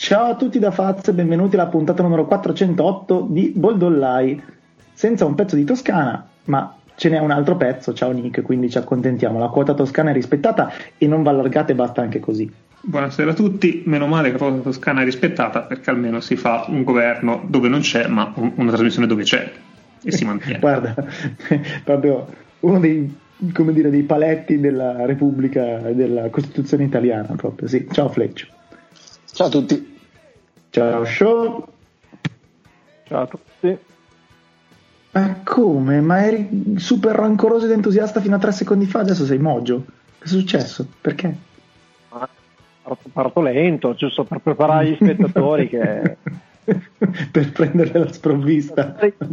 Ciao a tutti da Faz e benvenuti alla puntata numero 408 di Boldollai, senza un pezzo di Toscana, ma ce n'è un altro pezzo, ciao Nick, quindi ci accontentiamo, la quota toscana è rispettata e non va allargata e basta anche così. Buonasera a tutti, meno male che la quota toscana è rispettata perché almeno si fa un governo dove non c'è, ma una trasmissione dove c'è e si mantiene. Guarda, proprio uno dei, come dire, dei paletti della Repubblica e della Costituzione italiana proprio, sì. Ciao Fleccio. Ciao a tutti. Ciao Show. Ciao a tutti. Ma come? Ma eri super rancoroso ed entusiasta fino a 3 secondi fa, adesso sei mogio. Cosa è successo? Perché? Parto lento, giusto per preparare gli spettatori che... per prendere la sprovvista.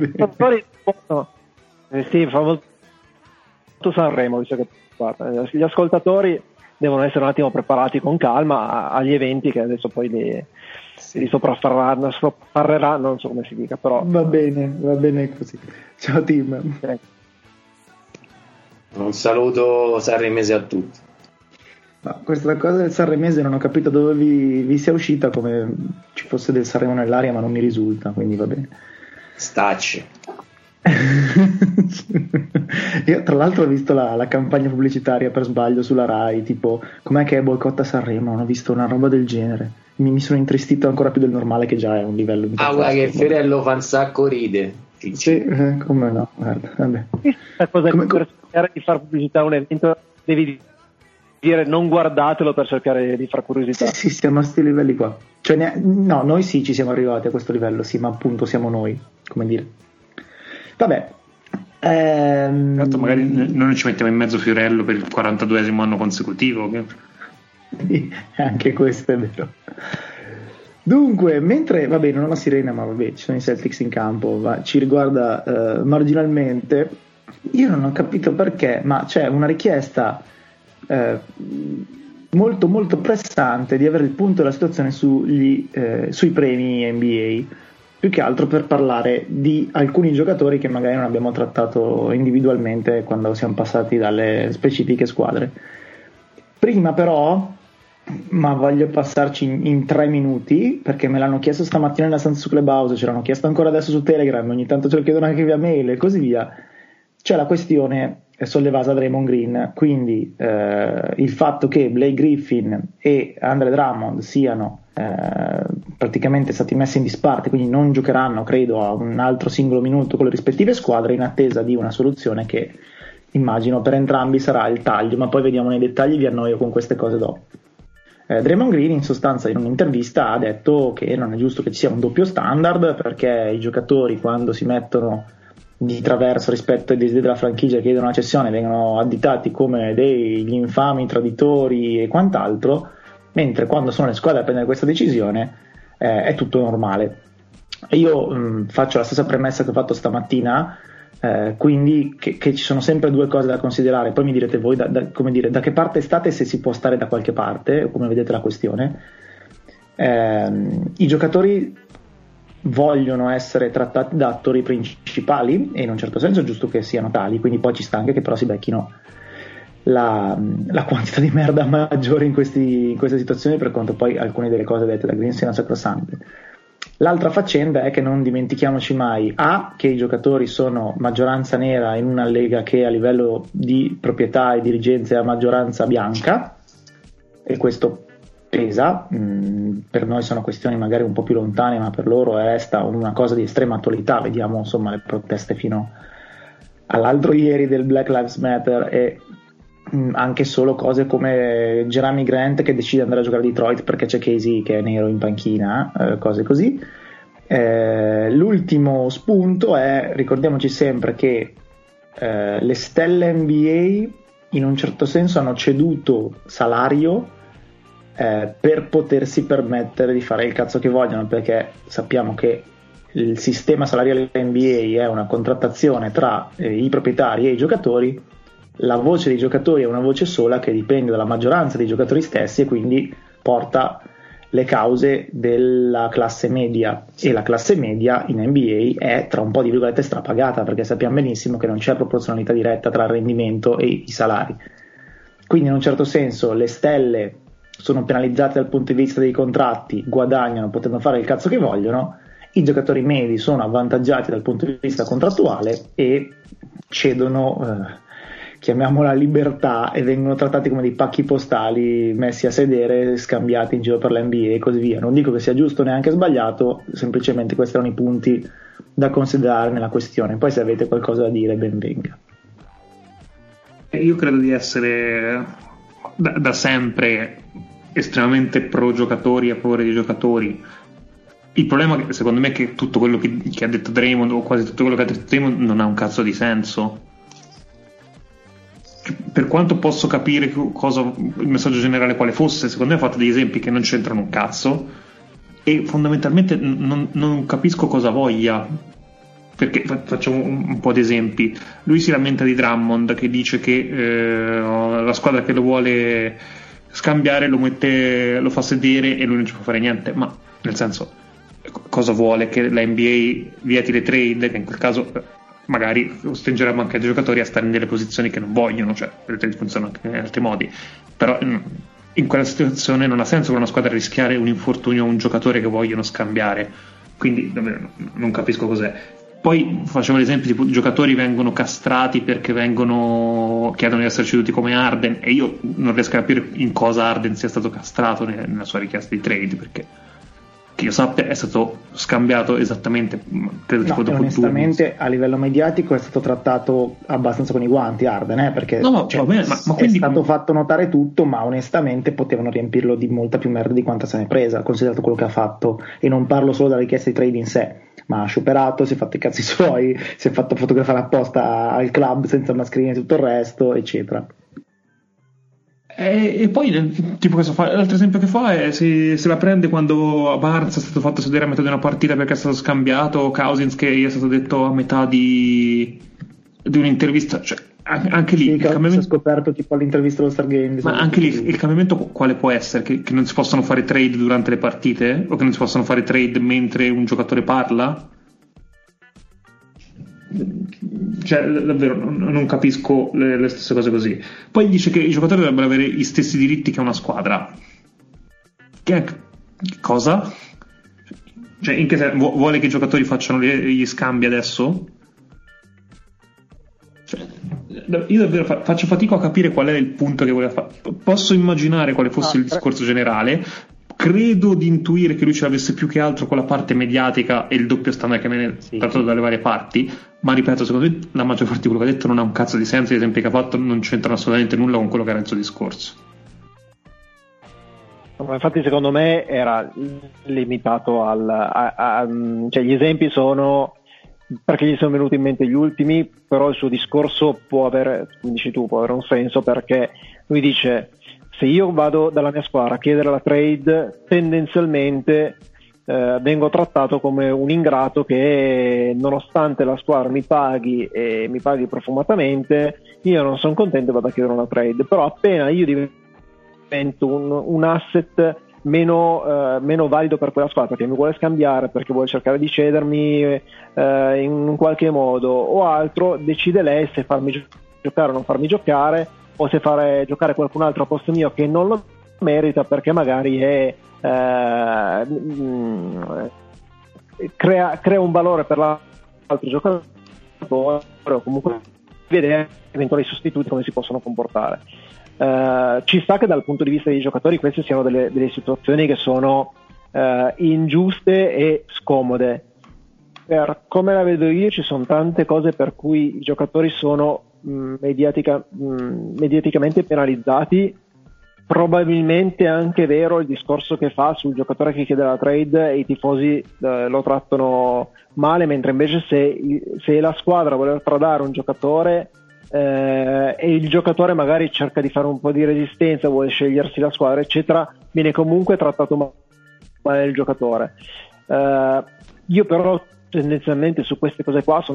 Sì, fa molto Sanremo, visto che gli ascoltatori devono essere un attimo preparati con calma agli eventi che adesso poi li sopraffarreranno, non so come si dica, però va bene così. Ciao team. Un saluto sanremese a tutti. No, questa cosa del sanremese non ho capito dove vi sia uscita, come ci fosse del Sanremo nell'aria, ma non mi risulta, quindi va bene. Stacci. Io tra l'altro ho visto la campagna pubblicitaria per sbaglio sulla Rai, tipo com'è che è boicotta Sanremo, non ho visto una roba del genere, mi sono intristito ancora più del normale, che già è un livello di guarda che Fiorello fa un sacco ride. Sì, come no, guarda, vabbè. Per cercare di fare pubblicità a un evento devi dire non guardatelo per cercare di far curiosità. Sì, siamo a questi livelli qua, cioè no, noi sì ci siamo arrivati a questo livello, sì, ma appunto siamo noi, come dire. Vabbè, Tanto magari noi non ci mettiamo in mezzo Fiorello per il 42esimo anno consecutivo. Sì, anche questo è vero. Dunque, mentre vabbè, non ho la sirena, ma vabbè, ci sono i Celtics in campo, ci riguarda marginalmente. Io non ho capito perché, ma c'è una richiesta molto molto pressante di avere il punto della situazione sui premi NBA, più che altro per parlare di alcuni giocatori che magari non abbiamo trattato individualmente quando siamo passati dalle specifiche squadre. Prima però, ma voglio passarci in 3 minuti, perché me l'hanno chiesto stamattina nella stanza su Clubhouse, ce l'hanno chiesto ancora adesso su Telegram, ogni tanto ce lo chiedono anche via mail e così via. C'è la questione sollevata da Draymond Green, quindi il fatto che Blake Griffin e Andre Drummond siano praticamente stati messi in disparte, quindi non giocheranno credo a un altro singolo minuto con le rispettive squadre, in attesa di una soluzione che immagino per entrambi sarà il taglio, ma poi vediamo nei dettagli, vi annoio con queste cose dopo. Draymond Green in sostanza in un'intervista ha detto che non è giusto che ci sia un doppio standard, perché i giocatori quando si mettono di traverso rispetto ai desideri della franchigia, chiedono una cessione, vengono additati come degli infami traditori e quant'altro, mentre quando sono le squadre a prendere questa decisione è tutto normale. E io faccio la stessa premessa che ho fatto stamattina, quindi che ci sono sempre 2 cose da considerare, poi mi direte voi come dire, da che parte state, se si può stare da qualche parte, come vedete la questione. I giocatori vogliono essere trattati da attori principali e in un certo senso è giusto che siano tali, quindi poi ci sta anche che però si becchino la quantità di merda maggiore in queste situazioni, per quanto poi alcune delle cose dette da Green siano sacrosante. L'altra faccenda è che non dimentichiamoci mai che i giocatori sono maggioranza nera in una lega che a livello di proprietà e dirigenza è a maggioranza bianca, e questo pesa. Per noi sono questioni magari un po' più lontane, ma per loro resta una cosa di estrema attualità. Vediamo insomma le proteste fino all'altro ieri del Black Lives Matter e anche solo cose come Jeremy Grant che decide di andare a giocare a Detroit perché c'è Casey che è nero in panchina, cose così. L'ultimo spunto è, ricordiamoci sempre che le stelle NBA in un certo senso hanno ceduto salario per potersi permettere di fare il cazzo che vogliono, perché sappiamo che il sistema salariale NBA è una contrattazione tra i proprietari e i giocatori. La voce dei giocatori è una voce sola che dipende dalla maggioranza dei giocatori stessi e quindi porta le cause della classe media, e la classe media in NBA è tra un po' di virgolette strapagata, perché sappiamo benissimo che non c'è proporzionalità diretta tra il rendimento e i salari. Quindi in un certo senso le stelle sono penalizzati dal punto di vista dei contratti, guadagnano potendo fare il cazzo che vogliono, i giocatori medi sono avvantaggiati dal punto di vista contrattuale e cedono, chiamiamola libertà, e vengono trattati come dei pacchi postali messi a sedere, scambiati in giro per l'NBA e così via. Non dico che sia giusto neanche sbagliato, semplicemente questi erano i punti da considerare nella questione. Poi se avete qualcosa da dire, ben venga. Io credo di essere da sempre estremamente pro giocatori, a favore dei giocatori. Il problema che secondo me è che tutto quello che ha detto Draymond, o quasi tutto quello che ha detto Draymond, non ha un cazzo di senso. Per quanto posso capire il messaggio generale quale fosse, secondo me ha fatto degli esempi che non c'entrano un cazzo e fondamentalmente non capisco cosa voglia. Perché facciamo un po' di esempi. Lui si lamenta di Drummond, che dice che la squadra che lo vuole scambiare lo fa sedere e lui non ci può fare niente. Ma nel senso, cosa vuole? Che la NBA vieti le trade? Che in quel caso magari costringerebbe anche i giocatori a stare in delle posizioni che non vogliono, cioè le trade funzionano anche in altri modi. Però in quella situazione non ha senso per una squadra rischiare un infortunio a un giocatore che vogliono scambiare. Quindi davvero non capisco cos'è. Poi facevo l'esempio tipo giocatori vengono castrati perché chiedono di essere ceduti come Harden, e io non riesco a capire in cosa Harden sia stato castrato nella sua richiesta di trade, perché che io sappia è stato scambiato esattamente, credo tipo dopo onestamente a livello mediatico è stato trattato abbastanza con i guanti Harden, perché va bene, ma quindi è stato fatto notare tutto, ma onestamente potevano riempirlo di molta più merda di quanta se n'è presa, considerato quello che ha fatto. E non parlo solo della richiesta di trade in sé, ma ha scioperato, si è fatto i cazzi suoi, si è fatto fotografare apposta al club senza mascherine e tutto il resto, eccetera. E poi tipo l'altro esempio che fa è se la prende quando a Barnes è stato fatto sedere a metà di una partita perché è stato scambiato, Cousins che gli è stato detto a metà di un'intervista, cioè anche lì il cambiamento si è scoperto tipo all'intervista dello Stargame, ma anche lì il cambiamento quale può essere? Che non si possono fare trade durante le partite, o che non si possono fare trade mentre un giocatore parla? Cioè davvero non capisco le stesse cose così. Poi dice che i giocatori dovrebbero avere gli stessi diritti che una squadra. Che cosa? Cioè in che senso? Vuole che i giocatori facciano gli scambi adesso? Cioè, io davvero faccio fatica a capire qual è il punto che voleva fare. Posso immaginare quale fosse il discorso generale. Credo di intuire che lui ce l'avesse più che altro con la parte mediatica e il doppio standard che viene trattato dalle varie parti, ma ripeto, secondo me la maggior parte di quello che ha detto non ha un cazzo di senso, gli esempi che ha fatto non c'entrano assolutamente nulla con quello che era il suo discorso. Infatti secondo me era limitato cioè gli esempi sono perché gli sono venuti in mente gli ultimi, però il suo discorso può avere, come dici tu, può avere un senso, perché lui dice: se io vado dalla mia squadra a chiedere la trade, tendenzialmente vengo trattato come un ingrato che, nonostante la squadra mi paghi e mi paghi profumatamente, io non sono contento e vado a chiedere una trade. Però appena io divento un asset meno valido per quella squadra, perché mi vuole scambiare, perché vuole cercare di cedermi in qualche modo o altro, decide lei se farmi giocare o non farmi giocare, o se fare giocare qualcun altro a posto mio che non lo merita, perché magari crea un valore per l'altro giocatore, o comunque vedere eventuali sostituti come si possono comportare. Ci sta che dal punto di vista dei giocatori queste siano delle situazioni che sono ingiuste e scomode. Per come la vedo io, ci sono tante cose per cui i giocatori sono mediaticamente penalizzati. Probabilmente è anche vero il discorso che fa sul giocatore che chiede la trade e i tifosi lo trattano male, mentre invece se la squadra vuole tradare un giocatore e il giocatore magari cerca di fare un po' di resistenza, vuole scegliersi la squadra eccetera, viene comunque trattato male il giocatore. Io però tendenzialmente su queste cose qua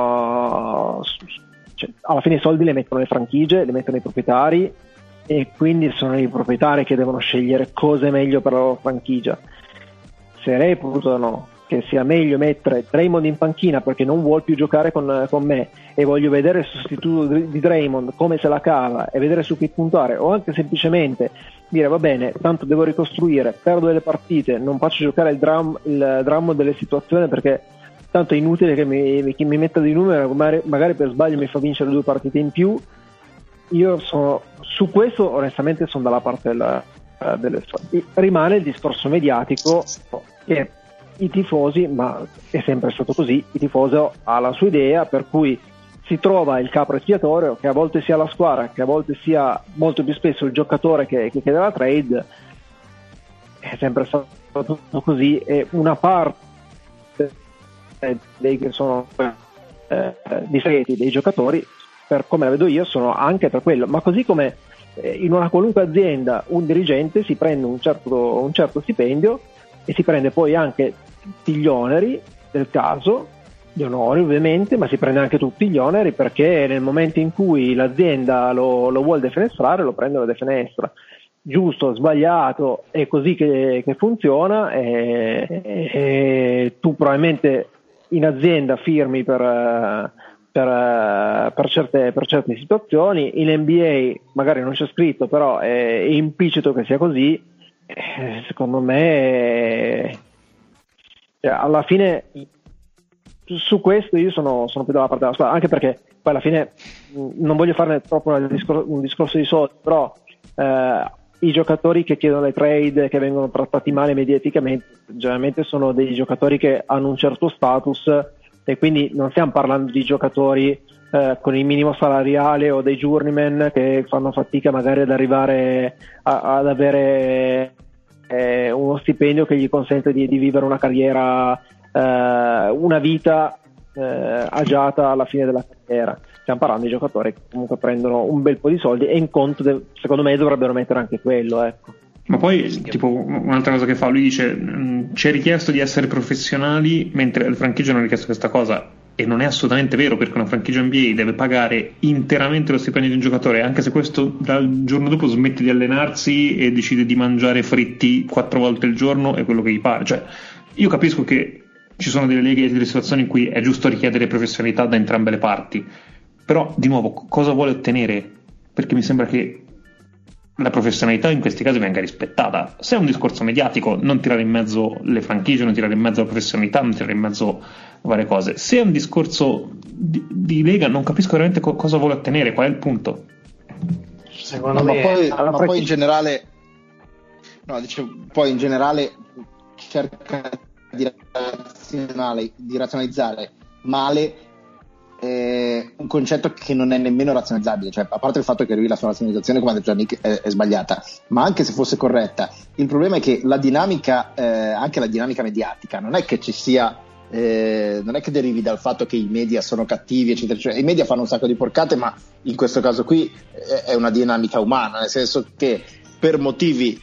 cioè, alla fine i soldi li mettono le franchigie, li mettono i proprietari, e quindi sono i proprietari che devono scegliere cosa è meglio per la loro franchigia. Se reputano che sia meglio mettere Draymond in panchina perché non vuol più giocare con me e voglio vedere il sostituto di Draymond come se la cava e vedere su chi puntare, o anche semplicemente dire va bene, tanto devo ricostruire, perdo delle partite, non faccio giocare il dramma delle situazioni perché tanto è inutile che mi metta dei numeri, magari per sbaglio mi fa vincere 2 partite in più. Io sono su questo, onestamente sono dalla parte rimane il discorso mediatico che i tifosi, ma è sempre stato così, il tifoso ha la sua idea, per cui si trova il capro espiatorio, che a volte sia la squadra, che a volte sia molto più spesso il giocatore che chiede la trade. È sempre stato così, e una parte dei che sono difetti dei giocatori, per come la vedo io, sono anche per quello. Ma così come in una qualunque azienda un dirigente si prende un certo stipendio e si prende poi anche tutti gli oneri del caso, gli onori ovviamente, ma si prende anche tutti gli oneri, perché nel momento in cui l'azienda lo vuole defenestrare, lo prende e lo defenestra. Giusto, sbagliato, è così che funziona, e tu probabilmente in azienda firmi per certe situazioni. In NBA magari non c'è scritto, però è implicito che sia così. Secondo me alla fine su questo io sono più dalla parte della squadra, anche perché poi alla fine non voglio farne troppo un discorso di soldi, però i giocatori che chiedono le trade, che vengono trattati male mediaticamente, generalmente sono dei giocatori che hanno un certo status, e quindi non stiamo parlando di giocatori con il minimo salariale o dei journeyman che fanno fatica magari ad arrivare ad avere uno stipendio che gli consente di vivere una carriera, una vita agiata alla fine della carriera. Stiamo parlando di giocatori che comunque prendono un bel po' di soldi, e in conto secondo me dovrebbero mettere anche quello, ecco. Ma poi tipo un'altra cosa che fa, lui dice ci è richiesto di essere professionali mentre le franchigie non hanno richiesto questa cosa, e non è assolutamente vero, perché una franchigia NBA deve pagare interamente lo stipendio di un giocatore, anche se questo dal giorno dopo smette di allenarsi e decide di mangiare fritti 4 volte al giorno, è quello che gli pare. Cioè, io capisco che ci sono delle leghe e delle situazioni in cui è giusto richiedere professionalità da entrambe le parti, però di nuovo cosa vuole ottenere? Perché mi sembra che la professionalità in questi casi venga rispettata. Se è un discorso mediatico, non tirare in mezzo le franchigie, non tirare in mezzo la professionalità, non tirare in mezzo varie cose. Se è un discorso di lega, non capisco veramente cosa vuole ottenere, qual è il punto. Secondo me poi in generale poi in generale cerca di razionalizzare male un concetto che non è nemmeno razionalizzabile, cioè a parte il fatto che lui la sua razionalizzazione, come ha detto Nick, è sbagliata, ma anche se fosse corretta, il problema è che la dinamica, anche la dinamica mediatica, non è che ci sia, non è che derivi dal fatto che i media sono cattivi, eccetera, cioè, i media fanno un sacco di porcate, ma in questo caso qui è una dinamica umana, nel senso che per motivi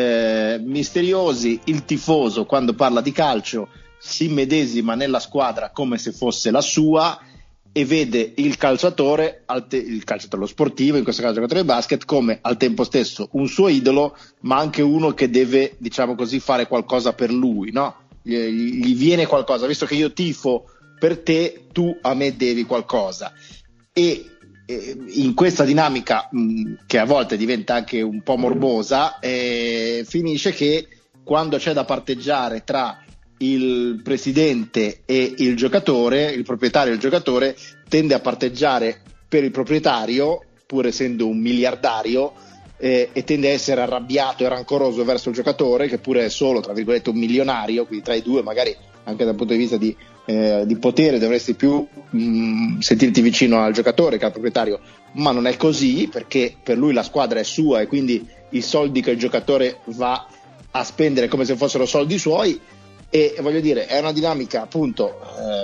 misteriosi il tifoso, quando parla di calcio, si immedesima nella squadra come se fosse la sua, e vede il calciatore, lo sportivo, in questo caso il giocatore di basket, come al tempo stesso un suo idolo, ma anche uno che deve, diciamo così, fare qualcosa per lui, no? Gli viene qualcosa, visto che io tifo per te, tu a me devi qualcosa. E in questa dinamica che a volte diventa anche un po' morbosa, finisce che quando c'è da parteggiare tra il presidente e il giocatore, il proprietario e il giocatore, tende a parteggiare per il proprietario, pur essendo un miliardario, e tende a essere arrabbiato e rancoroso verso il giocatore, che pure è solo, tra virgolette, un milionario, quindi tra i due magari anche dal punto di vista di potere dovresti più sentirti vicino al giocatore che al proprietario, ma non è così, perché per lui la squadra è sua e quindi i soldi che il giocatore va a spendere come se fossero soldi suoi. E voglio dire, è una dinamica appunto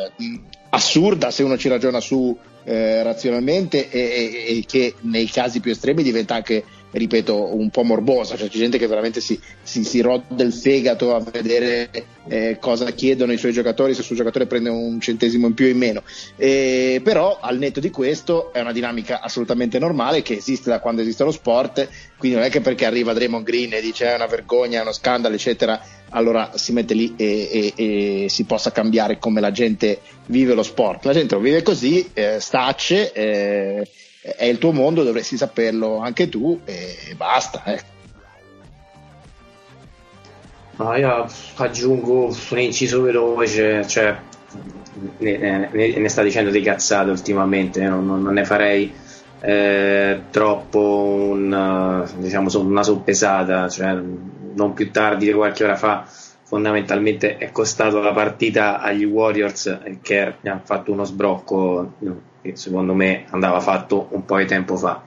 assurda se uno ci ragiona su razionalmente, e che nei casi più estremi diventa anche, ripeto, un po' morbosa, cioè c'è gente che veramente si rode il fegato a vedere cosa chiedono i suoi giocatori, se il suo giocatore prende un centesimo in più o in meno, però al netto di questo è una dinamica assolutamente normale che esiste da quando esiste lo sport, quindi non è che perché arriva Draymond Green e dice è una vergogna, è uno scandalo eccetera, allora si mette lì e si possa cambiare come la gente vive lo sport. La gente lo vive così, stacce, è il tuo mondo, dovresti saperlo anche tu e basta. No, io aggiungo un inciso veloce, cioè ne sta dicendo di cazzate ultimamente, non ne farei troppo diciamo una soppesata, cioè non più tardi di qualche ora fa fondamentalmente è costato la partita agli Warriors, che ne ha fatto uno sbrocco che secondo me andava fatto un po' di tempo fa.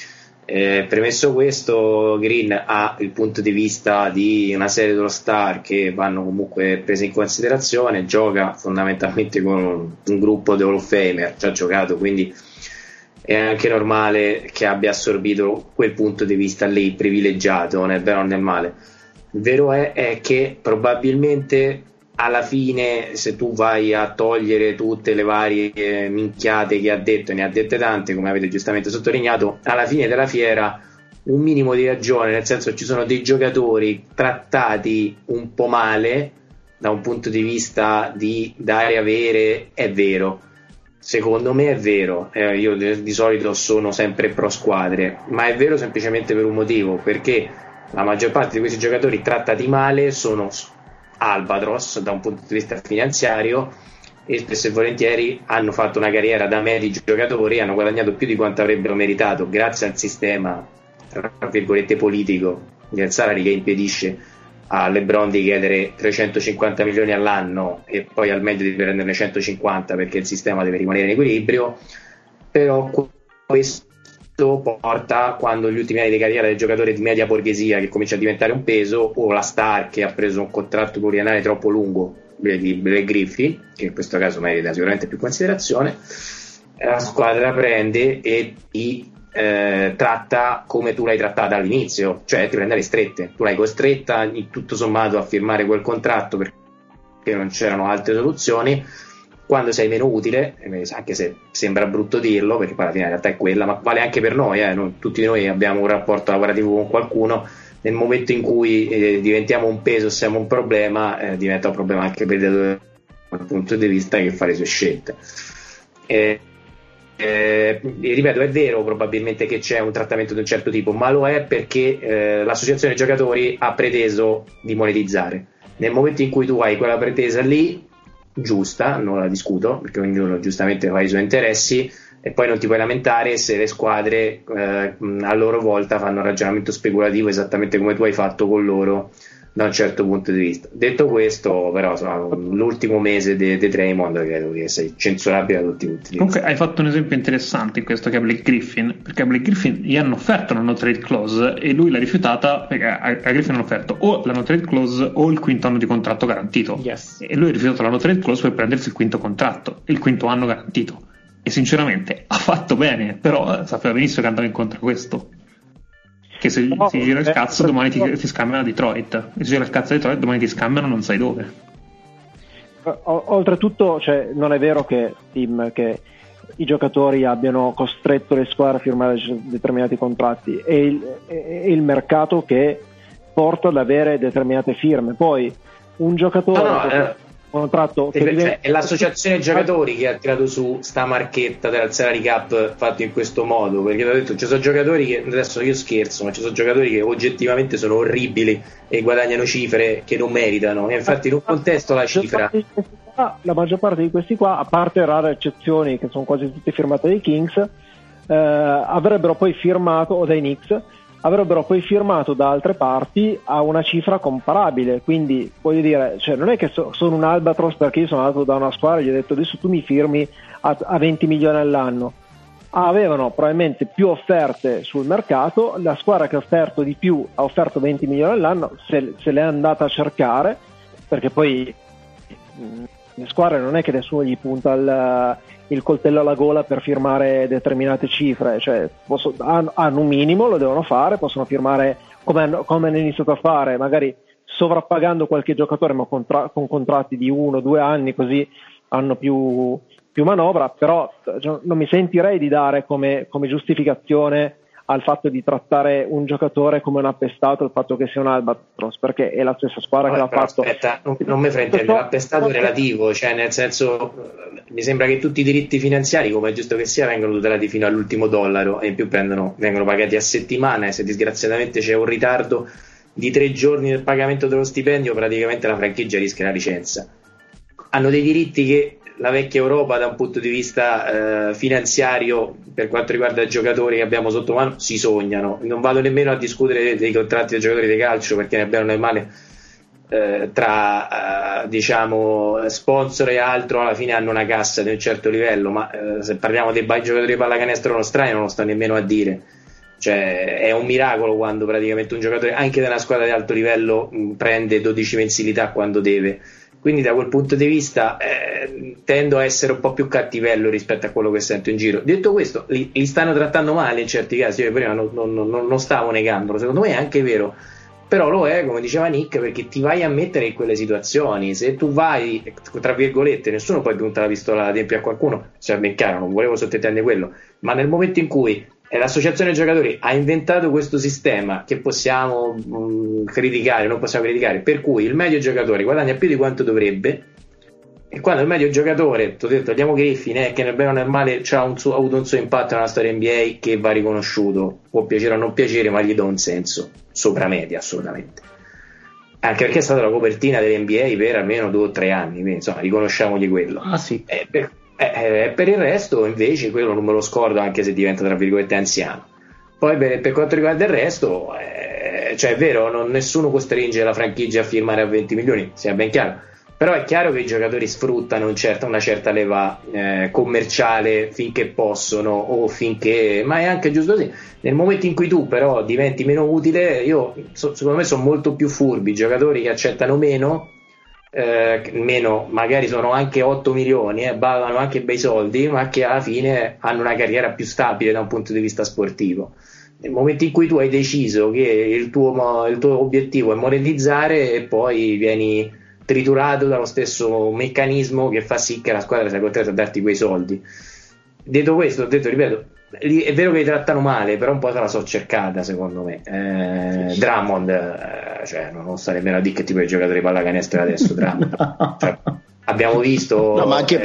Premesso questo, Green ha il punto di vista di una serie dello star che vanno comunque prese in considerazione, gioca fondamentalmente con un gruppo di Hall of Famer, ci ha giocato, quindi è anche normale che abbia assorbito quel punto di vista lì privilegiato, nel bene o nel male. Il vero è che probabilmente alla fine, se tu vai a togliere tutte le varie minchiate che ha detto, e ne ha dette tante, come avete giustamente sottolineato, alla fine della fiera un minimo di ragione, nel senso che ci sono dei giocatori trattati un po' male da un punto di vista di dare avere, è vero. Secondo me è vero, io di solito sono sempre pro squadre, ma è vero semplicemente per un motivo, perché la maggior parte di questi giocatori trattati male sono albatros da un punto di vista finanziario e spesso e volentieri hanno fatto una carriera da meri giocatori, hanno guadagnato più di quanto avrebbero meritato grazie al sistema tra virgolette politico del salary che impedisce a LeBron di chiedere 350 milioni all'anno e poi al meglio di prenderne 150 perché il sistema deve rimanere in equilibrio. Però questo porta, quando gli ultimi anni di carriera del giocatore di media borghesia che comincia a diventare un peso, o la star che ha preso un contratto pluriennale troppo lungo di Blake Griffin, che in questo caso merita sicuramente più considerazione, la squadra prende e ti tratta come tu l'hai trattata all'inizio, cioè ti prende le strette, tu l'hai costretta tutto sommato a firmare quel contratto perché non c'erano altre soluzioni. Quando sei meno utile, anche se sembra brutto dirlo, perché poi alla fine in realtà è quella, ma vale anche per noi, tutti noi abbiamo un rapporto lavorativo con qualcuno, nel momento in cui diventiamo un peso, siamo un problema, diventa un problema anche per il datore dal punto di vista che fa le sue scelte. Ripeto, è vero probabilmente che c'è un trattamento di un certo tipo, ma lo è perché l'associazione giocatori ha preteso di monetizzare. Nel momento in cui tu hai quella pretesa lì, giusta, non la discuto, perché ognuno giustamente fa i suoi interessi, e poi non ti puoi lamentare se le squadre a loro volta fanno un ragionamento speculativo esattamente come tu hai fatto con loro da un certo punto di vista. Detto questo, però l'ultimo mese di Draymond credo che sei censurabile da tutti i punti di vista. Comunque hai fatto un esempio interessante in questo, che è Blake Griffin, perché a Blake Griffin gli hanno offerto una no trade clause e lui l'ha rifiutata, perché a Griffin hanno offerto o la no trade clause o il quinto anno di contratto garantito, yes. E lui ha rifiutato la no trade clause per prendersi il quinto contratto, il quinto anno garantito, e sinceramente ha fatto bene, però sapeva benissimo che andava incontro a questo, che se si gira il cazzo domani ti scambiano a Detroit, e se gira il cazzo a Detroit domani ti scambiano non sai dove. Oltretutto, cioè, non è vero che i giocatori abbiano costretto le squadre a firmare determinati contratti, è il mercato che porta ad avere determinate firme. Poi un giocatore contratto che è l'associazione giocatori che ha tirato su sta marchetta del salary cap fatto in questo modo, perché ho detto ci sono giocatori che, adesso io scherzo, ma ci sono giocatori che oggettivamente sono orribili e guadagnano cifre che non meritano, e infatti in un contesto la cifra, la maggior parte di questi qua, a parte rare eccezioni che sono quasi tutti firmati dai Kings, avrebbero poi firmato, o dai Knicks, avrebbero poi firmato da altre parti a una cifra comparabile. Quindi voglio dire, cioè, non è che sono un albatros perché io sono andato da una squadra e gli ho detto adesso tu mi firmi a 20 milioni all'anno. Avevano probabilmente più offerte sul mercato, la squadra che ha offerto di più ha offerto 20 milioni all'anno, se l'è andata a cercare, perché poi le squadre non è che nessuno gli punta il coltello alla gola per firmare determinate cifre, cioè hanno un minimo, lo devono fare, possono firmare come hanno iniziato a fare, magari sovrappagando qualche giocatore ma con contratti di 1 o 2 anni, così hanno più manovra. Però non mi sentirei di dare come giustificazione al fatto di trattare un giocatore come un appestato il fatto che sia un albatros, perché è la stessa squadra che l'ha fatto. Aspetta, non mi fraintende, l'appestato relativo, cioè nel senso, mi sembra che tutti i diritti finanziari, come è giusto che sia, vengono tutelati fino all'ultimo dollaro, e in più vengono pagati a settimana, e se disgraziatamente c'è un ritardo di 3 giorni del pagamento dello stipendio, praticamente la franchigia rischia la licenza. Hanno dei diritti che la vecchia Europa, da un punto di vista finanziario, per quanto riguarda i giocatori che abbiamo sotto mano, si sognano. Non vado nemmeno a discutere dei contratti dei giocatori di calcio, perché ne abbiano nel male, tra diciamo sponsor e altro, alla fine hanno una cassa di un certo livello, ma se parliamo dei giocatori di pallacanestro nostrani non lo sto nemmeno a dire. Cioè, è un miracolo quando praticamente un giocatore anche da una squadra di alto livello prende 12 mensilità quando deve. Quindi da quel punto di vista tendo a essere un po' più cattivello rispetto a quello che sento in giro. Detto questo, li stanno trattando male in certi casi. Io prima non stavo negandolo, secondo me è anche vero, però lo è, come diceva Nick, perché ti vai a mettere in quelle situazioni. Se tu vai, tra virgolette, nessuno poi punta la pistola alla tempia a qualcuno, cioè ben chiaro, non volevo sottintendere quello, ma nel momento in cui l'associazione giocatori ha inventato questo sistema che possiamo criticare, non possiamo criticare, per cui il medio giocatore guadagna più di quanto dovrebbe, e quando il medio giocatore, togliamo Griffin, che nel bene o nel male ha avuto un suo impatto nella storia NBA che va riconosciuto, può piacere o non piacere, ma gli do un senso sopra media assolutamente, anche perché è stata la copertina dell'NBA per almeno 2 o 3 anni, quindi insomma riconosciamogli quello. Sì. Per il resto invece quello non me lo scordo, anche se diventa tra virgolette anziano. Poi per quanto riguarda il resto, cioè è vero, nessuno costringe la franchigia a firmare a 20 milioni, sia ben chiaro, però è chiaro che i giocatori sfruttano una certa leva commerciale finché possono, o finché, ma è anche giusto così. Nel momento in cui tu però diventi meno utile, secondo me sono molto più furbi i giocatori che accettano meno, magari sono anche 8 milioni, ballano anche bei soldi, ma che alla fine hanno una carriera più stabile da un punto di vista sportivo. Nel momento in cui tu hai deciso che il tuo obiettivo è monetizzare, e poi vieni triturato dallo stesso meccanismo che fa sì che la squadra sia costretta a darti quei soldi. Detto questo, ripeto, è vero che li trattano male, però un po' se la so cercata, secondo me. Drummond, cioè non sta nemmeno a dire che tipo di giocatore di pallacanestro adesso Drummond. Cioè, abbiamo visto, no, ma anche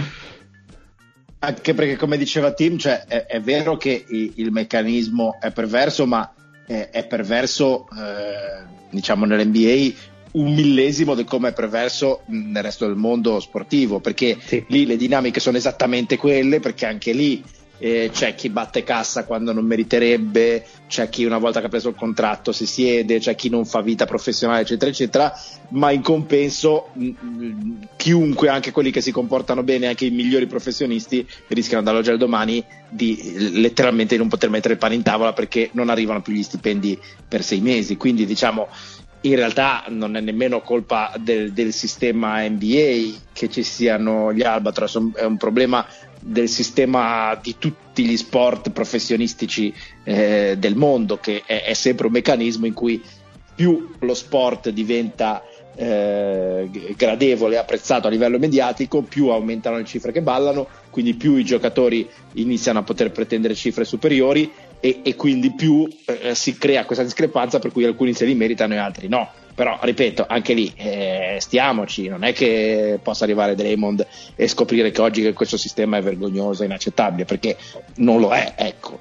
perché come diceva Tim, cioè è vero che il meccanismo è perverso, ma è perverso diciamo nell'NBA 1/1000 di come è perverso nel resto del mondo sportivo, perché sì, lì le dinamiche sono esattamente quelle, perché anche lì c'è chi batte cassa quando non meriterebbe, c'è chi una volta che ha preso il contratto si siede, c'è chi non fa vita professionale, eccetera eccetera, ma in compenso chiunque, anche quelli che si comportano bene, anche i migliori professionisti, rischiano dall'oggi al domani di letteralmente non poter mettere il pane in tavola perché non arrivano più gli stipendi per 6 mesi. Quindi diciamo, in realtà non è nemmeno colpa del sistema NBA che ci siano gli albatros, è un problema del sistema di tutti gli sport professionistici del mondo, che è sempre un meccanismo in cui più lo sport diventa gradevole, apprezzato a livello mediatico, più aumentano le cifre che ballano, quindi più i giocatori iniziano a poter pretendere cifre superiori, e quindi più si crea questa discrepanza per cui alcuni se li meritano e altri no. Però ripeto, anche lì stiamoci, non è che possa arrivare Draymond e scoprire che oggi questo sistema è vergognoso e inaccettabile, perché non lo è, ecco.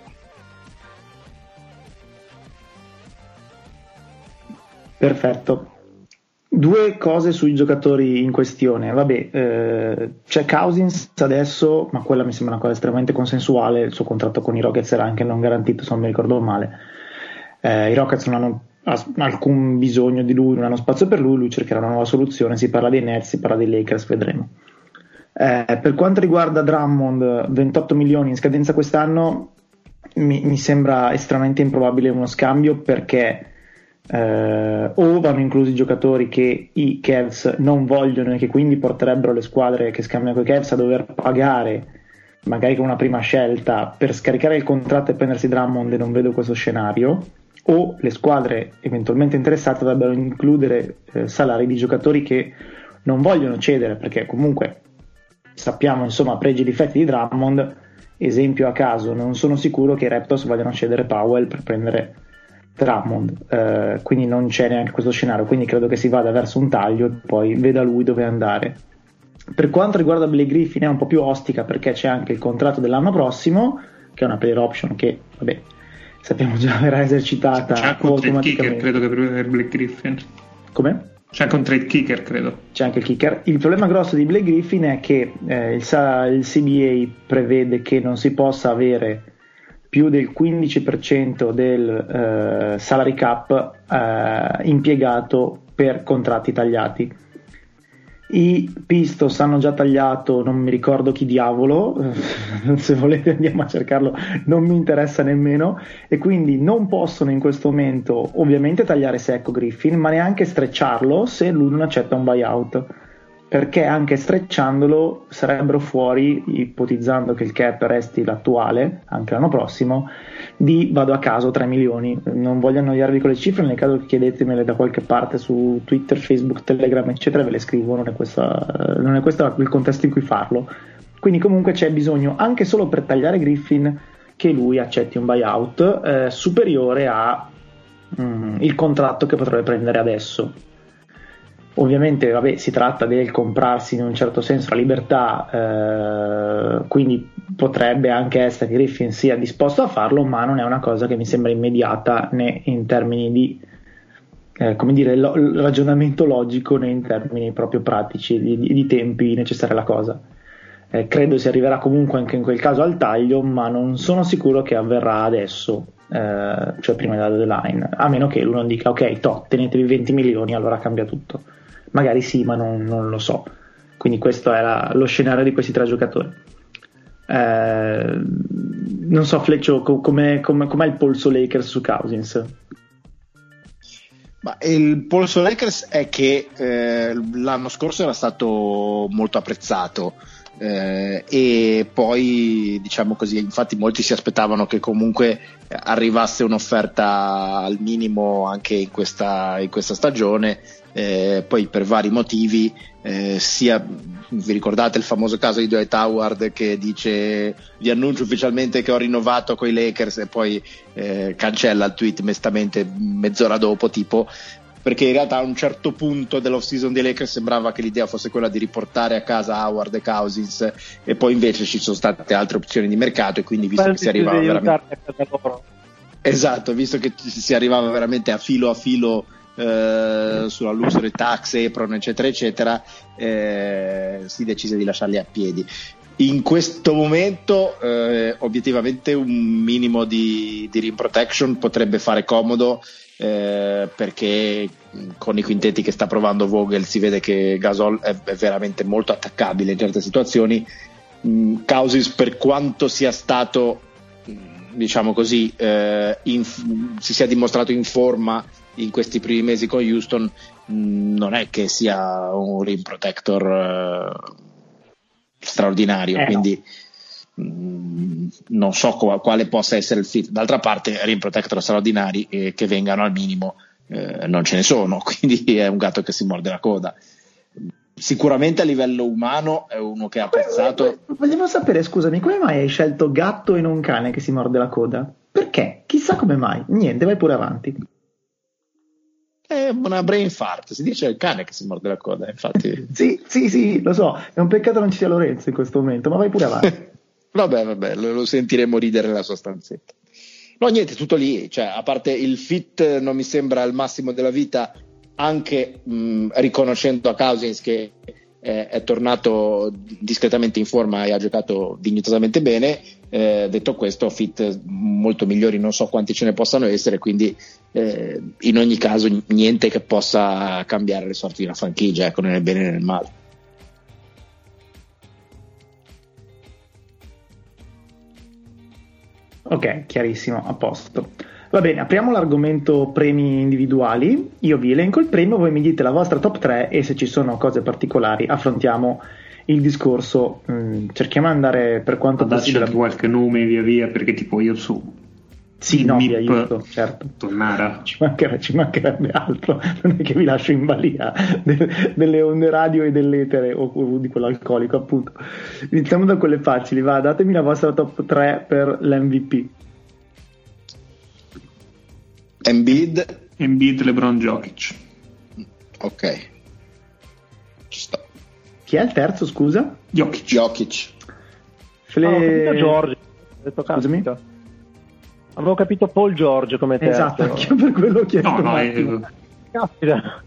Perfetto. 2 cose sui giocatori in questione. Vabbè, c'è Cousins adesso, ma quella mi sembra una cosa estremamente consensuale. Il suo contratto con i Rockets era anche non garantito, se non mi ricordo male. I Rockets non hanno alcun bisogno di lui, non hanno spazio per lui cercherà una nuova soluzione. Si parla dei Nets, si parla dei Lakers, vedremo. Per quanto riguarda Drummond, 28 milioni in scadenza quest'anno, mi sembra estremamente improbabile uno scambio, perché o vanno inclusi giocatori che i Cavs non vogliono e che quindi porterebbero le squadre che scambiano con i Cavs a dover pagare magari con una prima scelta per scaricare il contratto e prendersi Drummond, e non vedo questo scenario, o le squadre eventualmente interessate dovrebbero includere salari di giocatori che non vogliono cedere, perché comunque sappiamo insomma pregi e difetti di Drummond. Esempio a caso, non sono sicuro che i Raptors vogliano cedere Powell per prendere Drummond, quindi non c'è neanche questo scenario, quindi credo che si vada verso un taglio e poi veda lui dove andare. Per quanto riguarda Blake Griffin è un po' più ostica, perché c'è anche il contratto dell'anno prossimo, che è una player option che vabbè sappiamo già verrà esercitata c'è anche un trade kicker, automaticamente. credo, che per Blake Griffin. Come? C'è anche un trade kicker, credo. C'è anche il kicker. Il problema grosso di Blake Griffin è che il CBA prevede che non si possa avere più del 15% del salary cap impiegato per contratti tagliati. I Pistons hanno già tagliato, non mi ricordo chi diavolo, se volete andiamo a cercarlo, non mi interessa nemmeno, e quindi non possono in questo momento ovviamente tagliare secco Griffin, ma neanche strecciarlo se lui non accetta un buyout, perché anche strecciandolo sarebbero fuori, ipotizzando che il cap resti l'attuale anche l'anno prossimo, di, vado a caso, 3 milioni. Non voglio annoiarvi con le cifre, nel caso chiedetemele da qualche parte su Twitter, Facebook, Telegram eccetera, ve le scrivo, non è questo il contesto in cui farlo. Quindi comunque c'è bisogno, anche solo per tagliare Griffin, che lui accetti un buyout superiore a il contratto che potrebbe prendere adesso. Ovviamente si tratta del comprarsi in un certo senso la libertà, quindi potrebbe anche essere che Griffin sia disposto a farlo, ma non è una cosa che mi sembra immediata né in termini di ragionamento logico né in termini proprio pratici di tempi necessari alla cosa. Credo si arriverà comunque anche in quel caso al taglio, ma non sono sicuro che avverrà adesso, cioè prima della deadline, a meno che lui non dica ok, tenetevi 20 milioni, allora cambia tutto. Magari sì, ma non lo so. Quindi questo era lo scenario di questi 3 giocatori. Non so, Fleccio, com'è il polso Lakers su Cousins? Ma il polso Lakers è che l'anno scorso era stato molto apprezzato, e poi diciamo così, infatti molti si aspettavano che comunque arrivasse un'offerta al minimo anche in questa stagione, poi per vari motivi, sia, vi ricordate il famoso caso di Dwight Howard che dice vi annuncio ufficialmente che ho rinnovato coi Lakers e poi cancella il tweet mestamente mezz'ora dopo, tipo, perché in realtà a un certo punto dell'off season dei Lakers sembrava che l'idea fosse quella di riportare a casa Howard e Cousins, e poi invece ci sono state altre opzioni di mercato, e quindi visto che si arrivava veramente esatto, visto che si arrivava veramente a filo sulla luxury tax, Apron eccetera eccetera, si decise di lasciarli a piedi. In questo momento obiettivamente un minimo di rim protection potrebbe fare comodo, perché con i quintetti che sta provando Vogel si vede che Gasol è veramente molto attaccabile in certe situazioni. Cousins, per quanto sia stato diciamo così si sia dimostrato in forma in questi primi mesi con Houston, non è che sia un rim protector straordinario, quindi non so quale possa essere il fit. D'altra parte rim protector straordinari che vengano al minimo non ce ne sono, quindi è un gatto che si morde la coda. Sicuramente a livello umano è uno che ha apprezzato. Vogliamo sapere, scusami, come mai hai scelto gatto e non cane che si morde la coda? Perché? Chissà come mai. Niente, vai pure avanti. È una brain fart, si dice il cane che si morde la coda, infatti. sì, lo so, è un peccato non ci sia Lorenzo in questo momento, ma vai pure avanti. vabbè, lo sentiremo ridere nella sua stanzetta. No, niente, tutto lì, cioè, a parte il fit non mi sembra il massimo della vita, anche riconoscendo a Cousins che è tornato discretamente in forma e ha giocato dignitosamente bene. Detto questo, fit molto migliori non so quanti ce ne possano essere, quindi in ogni caso niente che possa cambiare le sorti di una franchigia, ecco, nel bene e nel male. Ok, chiarissimo, a posto. Va bene, apriamo l'argomento premi individuali. Io vi elenco il premio, voi mi dite la vostra top 3 e se ci sono cose particolari affrontiamo il discorso. Cerchiamo di andare per quanto possibile. Darci qualche nome via perché tipo io su vi aiuto, certo. Tornara. Ci mancherebbe altro, non è che vi lascio in balia delle onde radio e dell'etere o di quello alcolico, appunto. Iniziamo da quelle facili, va, datemi la vostra top 3 per l'MVP. Embiid, LeBron, Jokic. Ok, ci sto. Chi è il terzo, scusa? Jokic. Giorgio, detto scusami. Avevo capito Paul George come terzo. Esatto, anche per quello ho chiesto. Caspita.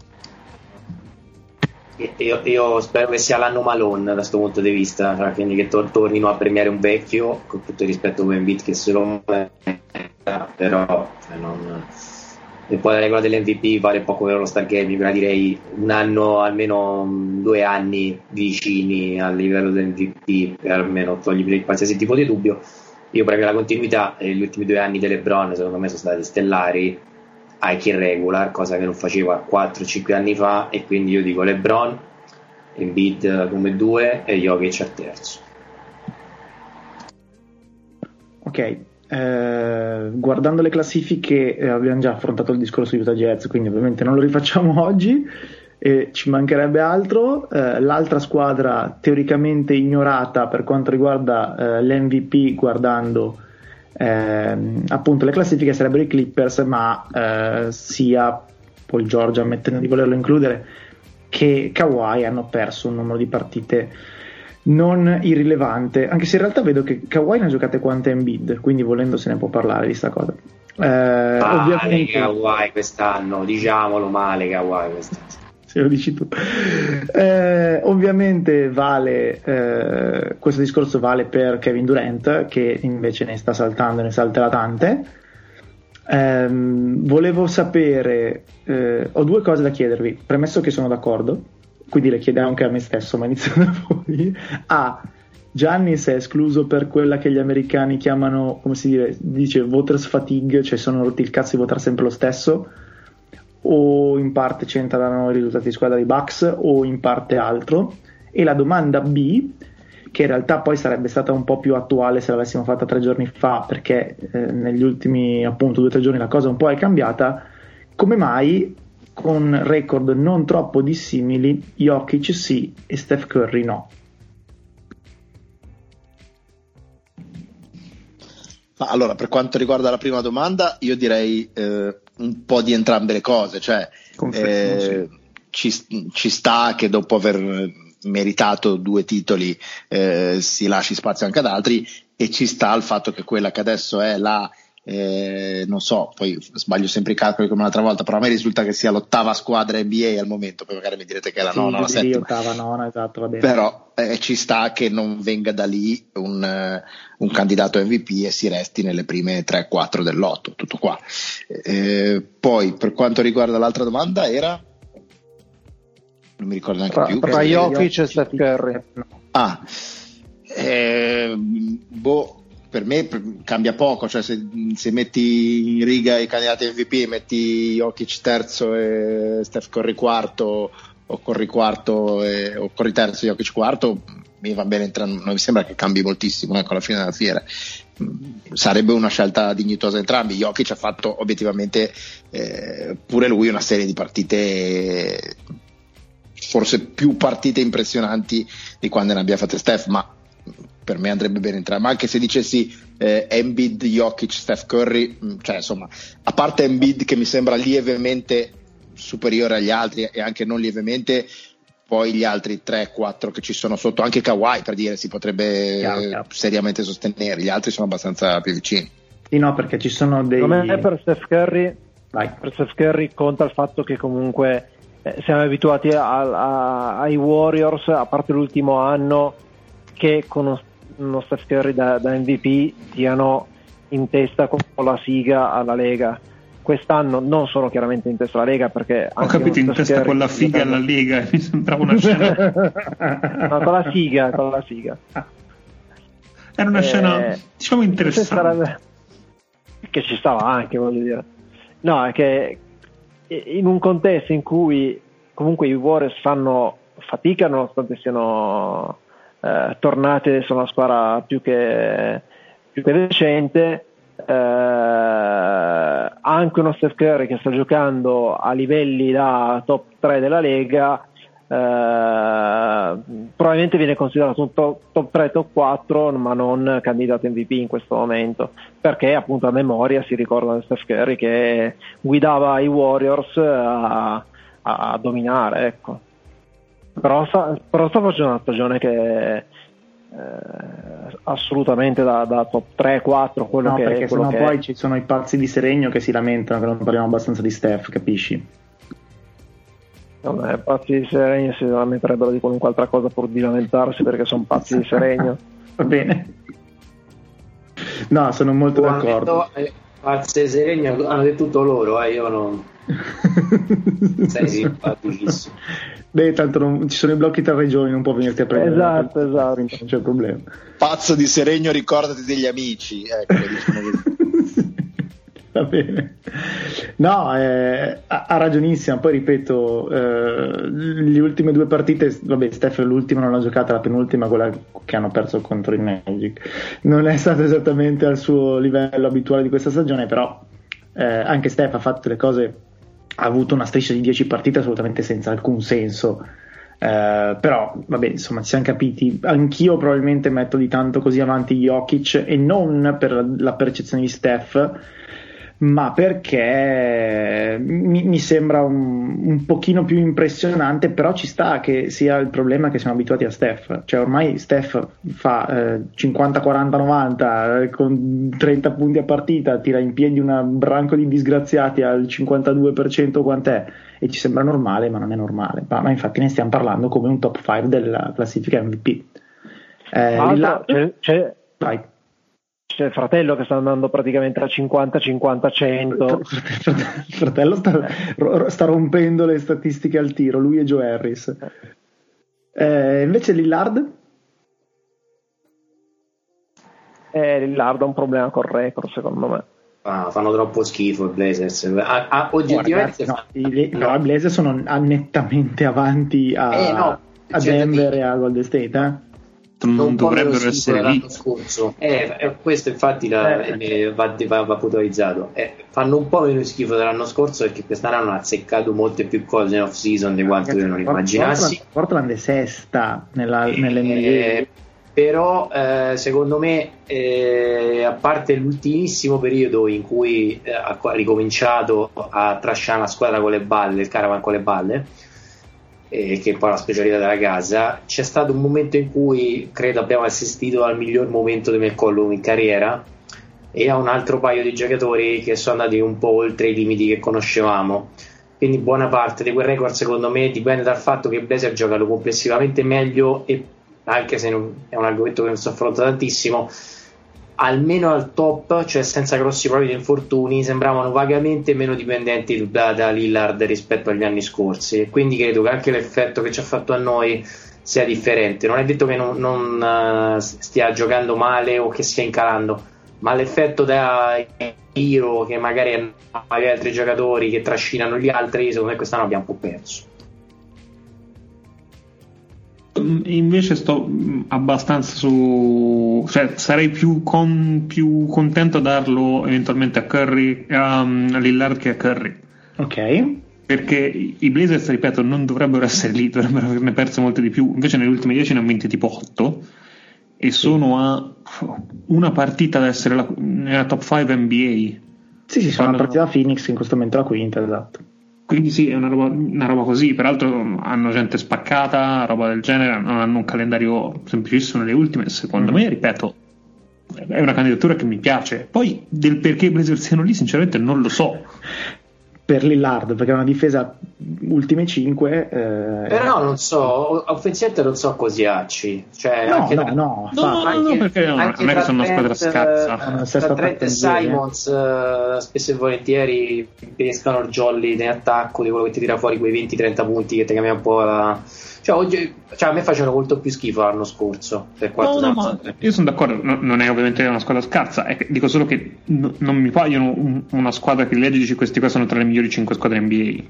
Io spero che sia l'anno Malone da questo punto di vista, cioè, quindi che tornino a premiare un vecchio, con tutto il rispetto per Embiid che se lo merita, però e poi la regola dell'MVP vale poco per lo Star Game, io direi un anno, almeno 2 anni vicini al livello dell'MVP, per almeno togliere qualsiasi tipo di dubbio. Io premio la continuità, e gli ultimi 2 anni delle LeBron secondo me sono stati stellari, anche in regular, cosa che non faceva 4-5 anni fa, e quindi io dico LeBron, Embiid come 2 e Jokic al terzo. Ok, guardando le classifiche abbiamo già affrontato il discorso di Utah Jazz, quindi ovviamente non lo rifacciamo oggi, ci mancherebbe altro. L'altra squadra teoricamente ignorata per quanto riguarda l'MVP, guardando appunto le classifiche, sarebbero i Clippers, ma sia Paul George, ammettendo di volerlo includere, che Kawhi hanno perso un numero di partite non irrilevante, anche se in realtà vedo che Kawhi ne ha giocate quante Embiid, quindi volendo se ne può parlare di sta cosa. Ovviamente Kawhi quest'anno, diciamolo male, Kawhi quest'anno, se lo dici tu. Ovviamente vale, questo discorso vale per Kevin Durant, che invece ne sta saltando, ne salterà tante. Volevo sapere, ho 2 cose da chiedervi, premesso che sono d'accordo, quindi le chiedo anche a me stesso, ma inizio da voi. Giannis è escluso per quella che gli americani chiamano, come si dice, voters fatigue, cioè sono rotti il cazzo di votare sempre lo stesso, o in parte c'entrano i risultati di squadra dei Bucks, o in parte altro. E la domanda B, che in realtà poi sarebbe stata un po' più attuale se l'avessimo fatta 3 giorni fa, perché negli ultimi appunto 2 o 3 giorni la cosa un po' è cambiata: come mai con record non troppo dissimili Jokic sì e Steph Curry no? Ma allora, per quanto riguarda la prima domanda, io direi un po' di entrambe le cose, cioè ci sta che dopo aver meritato 2 titoli si lasci spazio anche ad altri, e ci sta il fatto che quella che adesso è la non so, poi sbaglio sempre i calcoli come l'altra volta, però a me risulta che sia l'8ª squadra NBA al momento, poi magari mi direte che è la 9ª o la 7ª, 8ª, 9ª, esatto, va bene. però ci sta che non venga da lì un candidato MVP e si resti nelle prime 3-4 del lotto, tutto qua. Poi per quanto riguarda l'altra domanda era, non mi ricordo neanche più, tra Jokic e Steph Curry. Per me cambia poco, cioè se metti in riga i candidati MVP, metti Jokic terzo e Steph Curry quarto, o Curry quarto o Curry terzo e Jokic quarto, mi va bene, non mi sembra che cambi moltissimo, ecco, alla fine della fiera. Sarebbe una scelta dignitosa entrambi. Jokic ha fatto obiettivamente pure lui una serie di partite, forse più partite impressionanti di quando ne abbia fatte Steph, ma per me andrebbe bene entrambi. Ma anche se dicessi Embiid, Jokic, Steph Curry, cioè insomma, a parte Embiid che mi sembra lievemente superiore agli altri, e anche non lievemente, poi gli altri 3-4 che ci sono sotto, anche Kawhi per dire, si potrebbe seriamente sostenere, gli altri sono abbastanza più vicini. Sì, no, perché ci sono dei... Come per Steph Curry conta il fatto che comunque siamo abituati ai Warriors, a parte l'ultimo anno, che con uno Steph Curry da MVP siano in testa con la siga alla Lega. Quest'anno non sono chiaramente in testa alla Lega, perché ho capito, in testa Curry con la figa alla Lega, mi sembrava una scena no, con la siga era una scena diciamo interessante, che ci stava anche, voglio dire. No, è che in un contesto in cui comunque i Warriors fanno fatica, nonostante siano tornati adesso una squadra più che decente, anche uno Steph Curry che sta giocando a livelli da top 3 della Lega probabilmente viene considerato un top 3, top 4, ma non candidato MVP in questo momento, perché appunto a memoria si ricorda di Steph Curry che guidava i Warriors a dominare, ecco. Però sta facendo una stagione che assolutamente da top 3-4, quello no, che perché quello sennò che poi è. ci sono i pazzi di Seregno che si lamentano che non parliamo abbastanza di Steph, capisci? Vabbè, pazzi di Seregno si lamenterebbero di qualunque altra cosa pur di lamentarsi perché sono pazzi di Seregno. Va bene. No, sono molto d'accordo. Pazzi di Seregno hanno detto tutto loro, io non sei simpaticissimo. Beh, tanto ci sono i blocchi tra regioni, non può venirti a prendere. Esatto. Non c'è problema. Pazzo di Seregno, ricordati degli amici, ecco, diciamo così. Va bene. No, ha ragionissima. Poi ripeto, le ultime due partite, vabbè, Steph l'ultima non l'ha giocata, la penultima, quella che hanno perso contro il Magic, non è stato esattamente al suo livello abituale di questa stagione, però anche Steph ha fatto le cose, ha avuto una striscia di 10 partite assolutamente senza alcun senso. Però vabbè, insomma, ci siamo capiti. Anch'io probabilmente metto di tanto così avanti Jokic, e non per la percezione di Steph, ma perché mi sembra un pochino più impressionante. Però ci sta che sia il problema che siamo abituati a Steph, cioè ormai Steph fa 50-40-90 con 30 punti a partita, tira in piedi un branco di disgraziati al 52% quant'è, e ci sembra normale, ma non è normale. Ma infatti ne stiamo parlando come un top 5 della classifica MVP. Vai. C'è il fratello che sta andando praticamente a 50-50-100. Il fratello sta rompendo le statistiche al tiro, lui e Joe Harris. Invece Lillard? Lillard ha un problema col record, secondo me. Fanno troppo schifo i Blazers. Oggettivamente i Blazers sono nettamente avanti a Denver e a Golden State, non dovrebbero essere lì. Scorso. Questo infatti va puntualizzato. Fanno un po' meno schifo dell'anno scorso, perché quest'anno hanno azzeccato molte più cose in off season di quanto io non immaginassi. Portland è sesta nell'NBA. Però secondo me, a parte l'ultimissimo periodo in cui ha ricominciato a trasciare la squadra con le balle, il caravan con le balle, che è poi la specialità della casa, c'è stato un momento in cui credo abbiamo assistito al miglior momento di McCollum in carriera, e a un altro paio di giocatori che sono andati un po' oltre i limiti che conoscevamo. Quindi buona parte di quel record secondo me dipende dal fatto che i Blazers giocano complessivamente meglio, e anche se è un argomento che non sto affrontando tantissimo, almeno al top, cioè senza grossi problemi di infortuni, sembravano vagamente meno dipendenti da Lillard rispetto agli anni scorsi, e quindi credo che anche l'effetto che ci ha fatto a noi sia differente. Non è detto che non stia giocando male o che stia incalando, ma l'effetto da hero che magari hanno gli altri giocatori che trascinano gli altri, secondo me quest'anno abbiamo un po' perso. Invece sto abbastanza cioè sarei più contento a darlo eventualmente a Curry, a Lillard, che a Curry. Ok. Perché i Blazers, ripeto, non dovrebbero essere lì, dovrebbero averne perse molte di più. Invece negli ultimi 10 ne hanno vinti tipo 8 e sono a una partita da essere nella top 5 NBA. Sì, sono una partita da Phoenix, in questo momento la quinta, esatto. Quindi sì, è una roba così. Peraltro hanno gente spaccata, roba del genere, non hanno un calendario semplicissimo nelle ultime. Secondo me, ripeto, è una candidatura che mi piace. Poi del perché i Blazers siano lì sinceramente non lo so. Per Lillard, perché è una difesa ultime 5, però non so, offensivamente non so così acci, cioè no, perché a me che sono una squadra scarsa, Trent e Simons spesso e volentieri pescano il jolly in attacco di quello che ti tira fuori quei 20-30 punti che ti cambia un po' Cioè a me facevano molto più schifo l'anno scorso, per quanto ma io sono d'accordo, non è ovviamente una squadra scarsa, dico solo che non mi paiono una squadra che leggi dici questi qua sono tra le migliori 5 squadre NBA,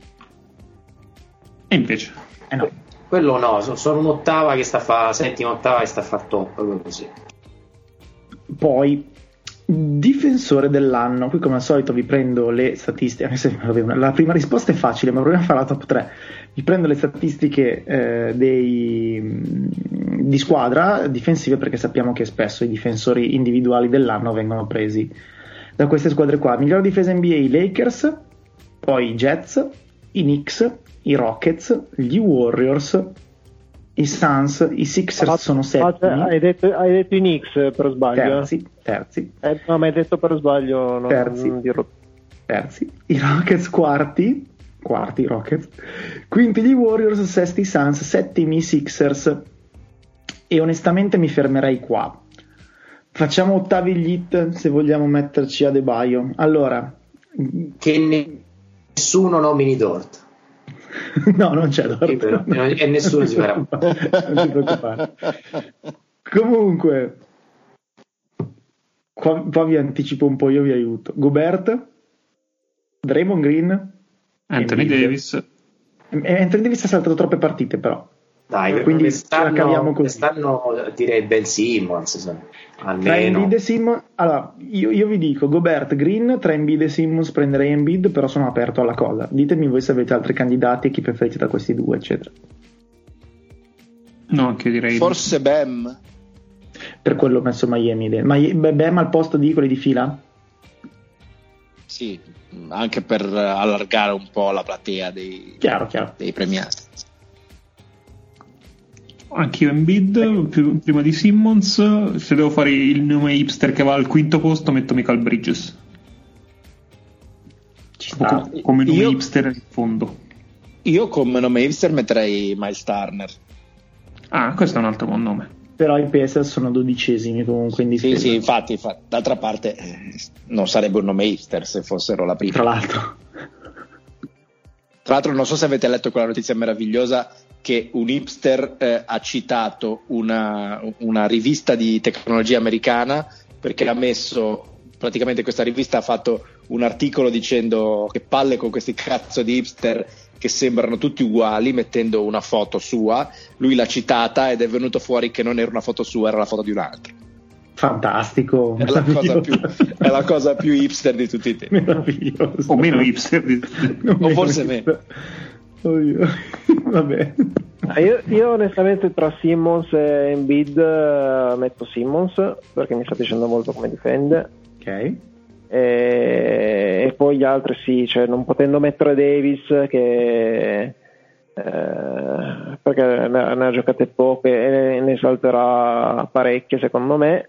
e invece no. Quello no, sono un'ottava che sta a fare, settima ottava che sta a fare top, così. Poi difensore dell'anno, qui come al solito vi prendo le statistiche, anche se la prima risposta è facile, ma proviamo a fare la top 3. Vi prendo le statistiche di squadra difensive, perché sappiamo che spesso i difensori individuali dell'anno vengono presi da queste squadre qua. Miglior difesa NBA i Lakers, poi i Jets, i Knicks, i Rockets, gli Warriors i Suns, i Sixers sono settimi. Hai detto i Knicks per sbaglio? Terzi. No, ma hai detto per sbaglio, non dirlo. Terzi. I Rockets quarti Rockets. Quinti gli Warriors, sesti i Suns, settimi i Sixers. E onestamente mi fermerei qua. Facciamo ottavi gli Heat se vogliamo metterci Adebayo. Allora, che nessuno nomini Dort. No, non c'è Dort. E nessuno si farà. Non ti preoccupare. Comunque, qua vi anticipo un po', io vi aiuto. Gobert, Draymond Green, Anthony Davis. Anthony Davis ha saltato troppe partite, però. Dai, quindi la caviamo così. Quest'anno direi Ben Simmons, almeno. Tra Embiid e Simmons, allora io vi dico Gobert, Green, tra Embiid e Simmons prenderei Embiid, però sono aperto alla cosa. Ditemi voi se avete altri candidati e chi preferite da questi due, eccetera. No, anche direi forse Bam. Per quello ho messo Miami. Bam al posto di quelli di fila? Sì, anche per allargare un po' la platea dei premiati. Anche io Embiid prima di Simmons. Se devo fare il nome hipster che va al quinto posto, metto Michael Bridges come nome hipster in fondo. Io come nome hipster metterei Miles Turner. Questo è un altro buon nome. Però i Pacers sono 12esimi comunque in difesa. Sì, infatti, d'altra parte non sarebbe un nome hipster se fossero la prima. Tra l'altro non so se avete letto quella notizia meravigliosa che un hipster ha citato una rivista di tecnologia americana, perché ha messo, praticamente questa rivista ha fatto un articolo dicendo che palle con questi cazzo di hipster che sembrano tutti uguali, mettendo una foto sua. Lui l'ha citata ed è venuto fuori che non era una foto sua, era la foto di un altro. Fantastico, è la cosa più hipster di tutti i tempi. Meraviglioso. O meno hipster o forse meno. Vabbè. Io onestamente tra Simmons e Embiid metto Simmons, perché mi sta piacendo molto come difende. Ok. E poi gli altri sì, cioè non potendo mettere Davis che perché ne ha giocate poche e ne salterà parecchie secondo me,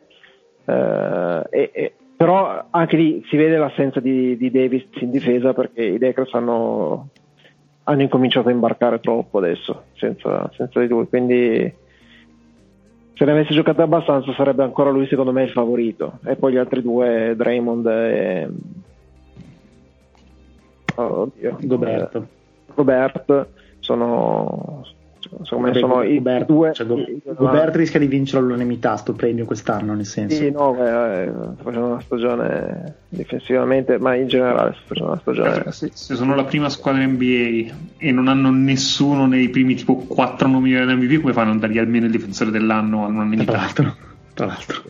però anche lì si vede l'assenza di Davis in difesa, perché i Lakers hanno incominciato a imbarcare troppo adesso senza di lui, quindi se ne avesse giocato abbastanza sarebbe ancora lui secondo me il favorito, e poi gli altri due Draymond e Gobert sono secondo me sono i due. Gobert rischia di vincere all'unanimità sto premio quest'anno, nel senso sta facendo una stagione difensivamente, ma in generale sta facendo una stagione. Se sono la prima squadra NBA e non hanno nessuno nei primi tipo 4 nomi dell'MVP, come fanno a dargli almeno il difensore dell'anno all'unanimità? Tra l'altro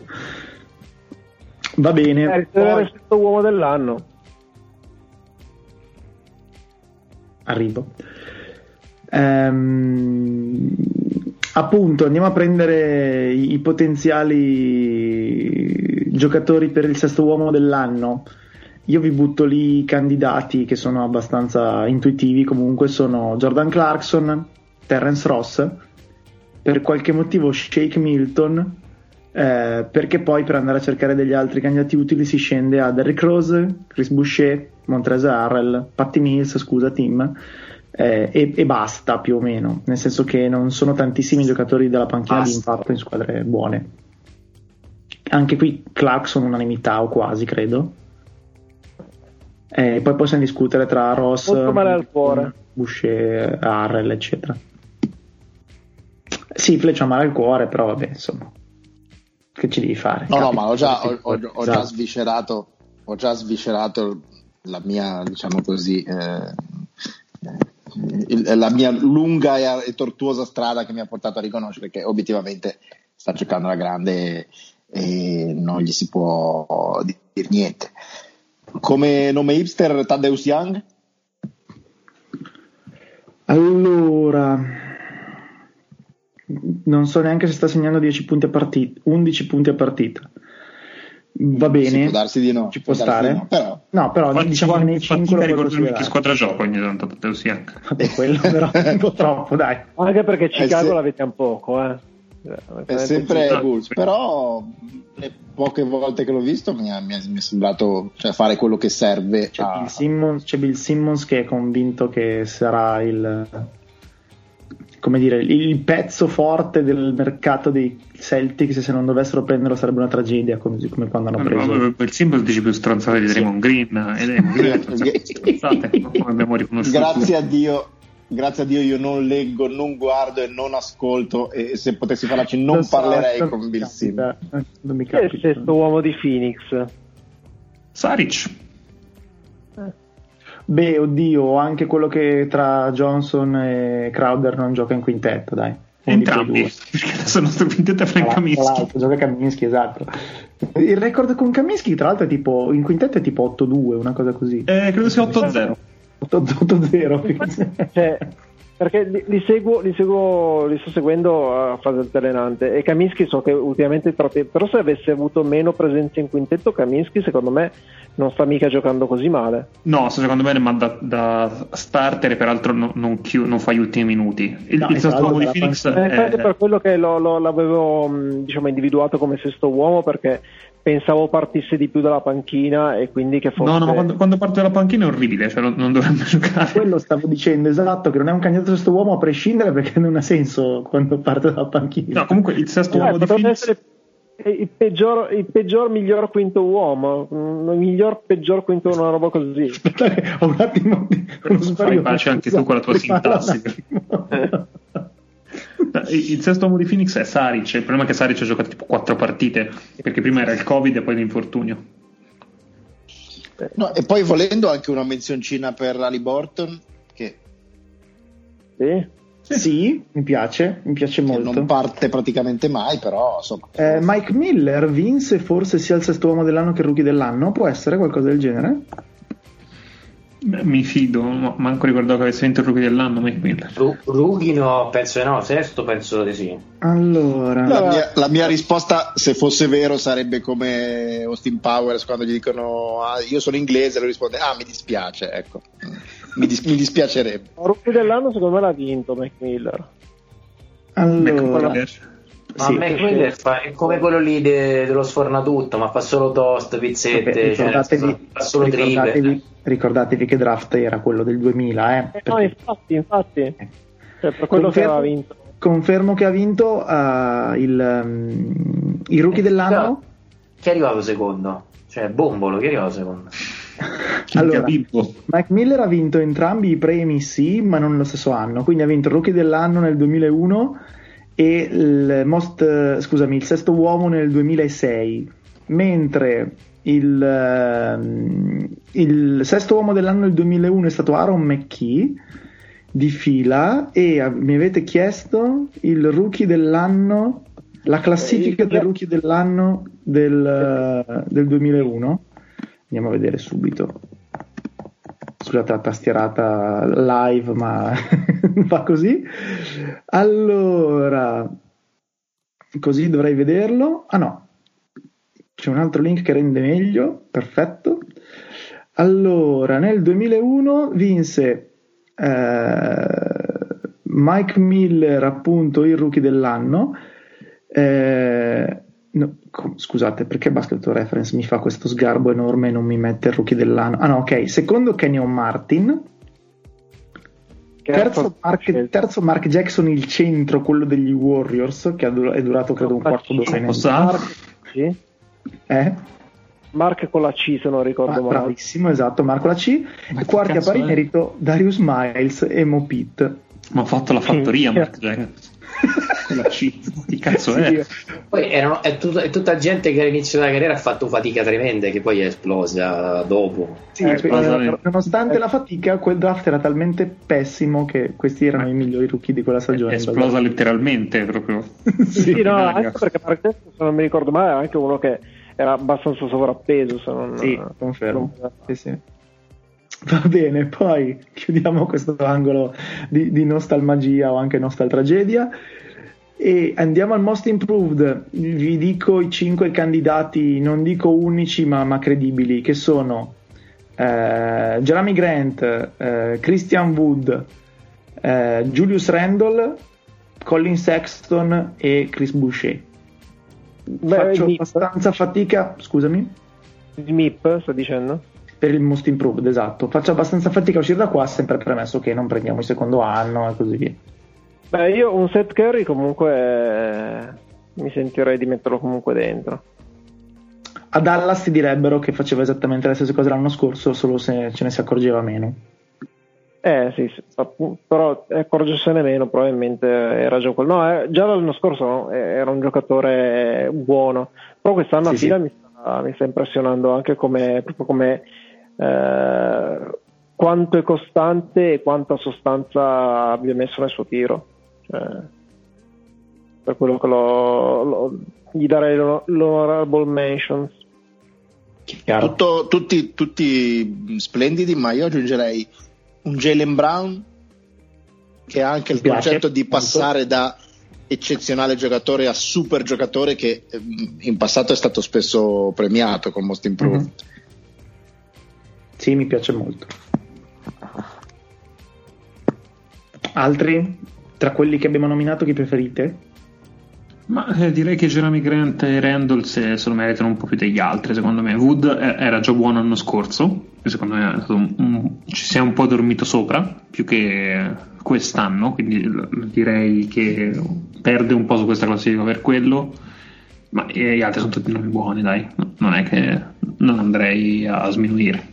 va bene, il sesto uomo dell'anno. Arrivo. Appunto, andiamo a prendere i potenziali giocatori per il sesto uomo dell'anno. Io vi butto lì i candidati che sono abbastanza intuitivi, comunque sono Jordan Clarkson, Terrence Ross, per qualche motivo Shake Milton, perché poi per andare a cercare degli altri candidati utili si scende a Derrick Rose, Chris Boucher, Montrezl Harrell, Patty Mills, scusa Tim, e basta più o meno, nel senso che non sono tantissimi giocatori della panchina di impatto in squadre buone. Anche qui Clarkson unanimità o quasi, credo. Poi possiamo discutere tra Ross, molto male al cuore, Boucher, Harrell eccetera. Sì, Fletch ha male al cuore, però vabbè, insomma, che ci devi fare? No, ma ho già sviscerato la mia, diciamo così, la mia lunga e tortuosa strada che mi ha portato a riconoscere che obiettivamente sta giocando alla grande e non gli si può dire niente. Come nome hipster Thaddeus Young? Allora, non so neanche se sta segnando 10 punti a partita, 11 punti a partita. va bene, può darsi di no, ci può stare, no, però diciamo che nei 5 lo ricordarmi che squadra gioca ogni tanto, vabbè, quello però è un po' troppo, dai, anche perché Chicago la vediamo poco, è sempre Bulls, sì. Però le poche volte che l'ho visto mi è sembrato, cioè, fare quello che serve. C'è Bill Simmons che è convinto che sarà il pezzo forte del mercato dei Celtics, se non dovessero prenderlo sarebbe una tragedia, come quando hanno preso il Simmons dice più stronzate di Draymond Green, come abbiamo riconosciuto. Grazie a Dio io non leggo, non guardo e non ascolto, e se potessi parlarci non parlerei con Bill Simmons. Non mi Chi è il capita. sesto uomo di Phoenix? Saric. Beh, oddio, anche quello che tra Johnson e Crowder non gioca in quintetto, dai. Entrambi, perché adesso il nostro quintetto è Frank Kaminsky. Gioca Kaminsky, esatto. Il record con Kaminsky, tra l'altro, è tipo in quintetto è tipo 8-2, una cosa così. Credo sia 8-0. 8-0. Cioè, perché li sto seguendo a fase alternante, e Kaminsky so che ultimamente però se avesse avuto meno presenza in quintetto, Kaminsky secondo me non sta mica giocando così male. No, sta giocando bene, ma da starter, peraltro non fa gli ultimi minuti. Il sesto uomo di Phoenix è per quello che l'avevo individuato come sesto uomo, perché pensavo partisse di più dalla panchina, e quindi che fosse... No, ma quando parte dalla panchina è orribile, cioè non dovrebbe giocare. Quello stavo dicendo, esatto, che non è un candidato sesto uomo a prescindere, perché non ha senso quando parte dalla panchina. No, comunque il sesto uomo di Phoenix essere il peggior miglior quinto uomo, il miglior peggior quinto, una roba così. Aspetta, ho un attimo fai pace anche tu con la tua sintassi. Il sesto uomo di Phoenix è Saric. Il problema è che Saric ha giocato tipo 4 partite, perché prima era il Covid e poi l'infortunio. No, e poi volendo anche una menzioncina per Haliburton, che sì, mi piace molto. Non parte praticamente mai, però insomma. Mike Miller vinse forse sia il sesto uomo dell'anno che il rookie dell'anno, può essere qualcosa del genere? Mi fido, manco ricordavo che avesse vinto il rookie dell'anno Mike Miller. Rookie no, penso di no, sesto penso di sì. Allora, la mia risposta, se fosse vero, sarebbe come Austin Powers quando gli dicono io sono inglese, lui risponde mi dispiace, ecco. Mi dispiacerebbe. Il rookie dell'anno secondo me l'ha vinto Mike Miller. Allora, Ma McMillan è come quello lì dello sfornatutto, ma fa solo toast, pizzette, fa solo triple. Ricordatevi che draft era quello del 2000, No, infatti. Cioè, per quello che aveva vinto. Confermo che ha vinto il rookie dell'anno. Chi è arrivato secondo? Cioè Bombolo, chi è arrivato secondo? Allora, Mike Miller ha vinto entrambi i premi, sì, ma non nello stesso anno. Quindi ha vinto il rookie dell'anno nel 2001 e il sesto uomo nel 2006, mentre il sesto uomo dell'anno nel 2001 è stato Aaron McKee di fila, e mi avete chiesto il rookie dell'anno, la classifica del rookie dell'anno del 2001. Andiamo a vedere subito. Scusate la tastierata live, ma va così. Allora, così dovrei vederlo. No, c'è un altro link che rende meglio. Perfetto. Allora, nel 2001 vinse Mike Miller, appunto, il rookie dell'anno. No, scusate, perché Basketball Reference mi fa questo sgarbo enorme e non mi mette il rookie dell'anno? Ok, secondo Kenyon Martin, terzo Mark Jackson, il centro, quello degli Warriors, che è durato credo un quarto d'ora. Mark con la C, se non ricordo male. Bravissimo, esatto, Mark con la C. E quarti a pari merito Darius Miles e Mo Pitt. Ma ha fatto la fattoria Mark Jackson. La C, che cazzo è? Poi è tutta gente che all'inizio della carriera ha fatto fatica tremenda, che poi è esplosa dopo. Sì, nonostante la fatica, quel draft era talmente pessimo che questi erano i migliori rookie di quella stagione. È esplosa letteralmente proprio. Sì, no, anche perché Mark Jackson, se non mi ricordo male, era anche uno che era abbastanza sovrappeso, se non... Sì, confermo. Sì. Va bene, poi chiudiamo questo angolo di nostalgia o anche nostaltragedia E andiamo al Most Improved. Vi dico i 5 candidati, non dico unici ma credibili, che sono Jeremy Grant, Christian Wood, Julius Randle, Colin Sexton e Chris Boucher. Faccio abbastanza fatica, scusami? Smith, sto dicendo? Per il Most Improved, esatto. Faccio abbastanza fatica a uscire da qua, sempre premesso che non prendiamo il secondo anno e così via. Beh, io un Seth Curry comunque mi sentirei di metterlo comunque dentro. A Dallas ti direbbero che faceva esattamente le stesse cose l'anno scorso, solo se ce ne si accorgeva meno. Sì, però accorgersene meno probabilmente era già quello. No, già l'anno scorso era un giocatore buono, però quest'anno a fila mi sta impressionando anche proprio come quanto è costante e quanta sostanza abbia messo nel suo tiro. Per quello che gli darei l'honorable mentions. Tutti splendidi, ma io aggiungerei un Jaylen Brown, che ha anche il concetto di passare da eccezionale giocatore a super giocatore, che in passato è stato spesso premiato con Most Improved. Sì, mi piace molto. Altri? Tra quelli che abbiamo nominato, chi preferite? Ma direi che Jeremy Grant e Randall se lo meritano un po' più degli altri, secondo me. Wood era già buono l'anno scorso, e secondo me ci si è un po' dormito sopra, più che quest'anno, quindi direi che perde un po' su questa classifica per quello, ma gli altri sono tutti nomi buoni, dai, non è che non andrei a sminuire.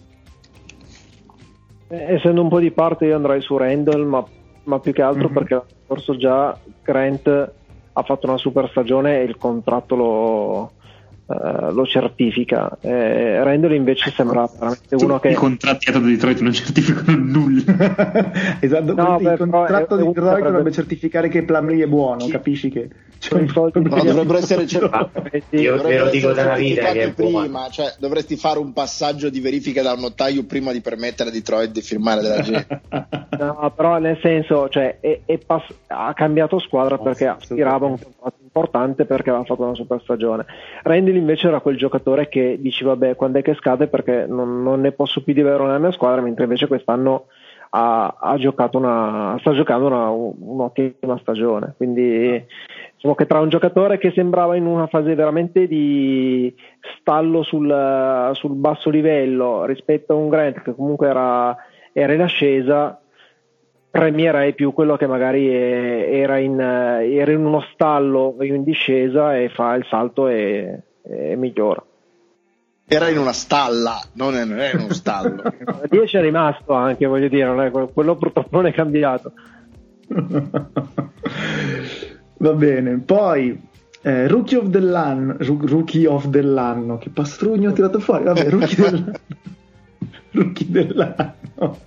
Essendo un po' di parte io andrei su Randall, ma più che altro perché l'anno scorso già Grant ha fatto una super stagione e il contratto lo certifica. Randall invece sembra veramente uno che... I contratti da Detroit non certificano nulla. Esatto, il contratto di Detroit dovrebbe certificare che Plumlee è buono, capisci che... dovrebbero essere io ve lo dico da una vita che è prima, cioè dovresti fare un passaggio di verifica da un notaio prima di permettere a Detroit di firmare della gente. No, però nel senso, cioè ha cambiato squadra perché aspirava un contratto importante, perché aveva fatto una super stagione. Randall invece era quel giocatore che dici vabbè, quando è che scade, perché non ne posso più di vero nella mia squadra, mentre invece quest'anno sta giocando un'ottima stagione. Quindi diciamo che tra un giocatore che sembrava in una fase veramente di stallo sul basso livello rispetto a un Grant che comunque era in ascesa, premierei più quello che magari era in uno stallo in discesa e fa il salto e migliora. Era in una stalla, non era in uno stallo. 10 è rimasto anche, voglio dire, non è, quello purtroppo non è cambiato. Va bene, poi Rookie of dell'anno, che pastrugno ho tirato fuori, vabbè, Rookie dell'anno.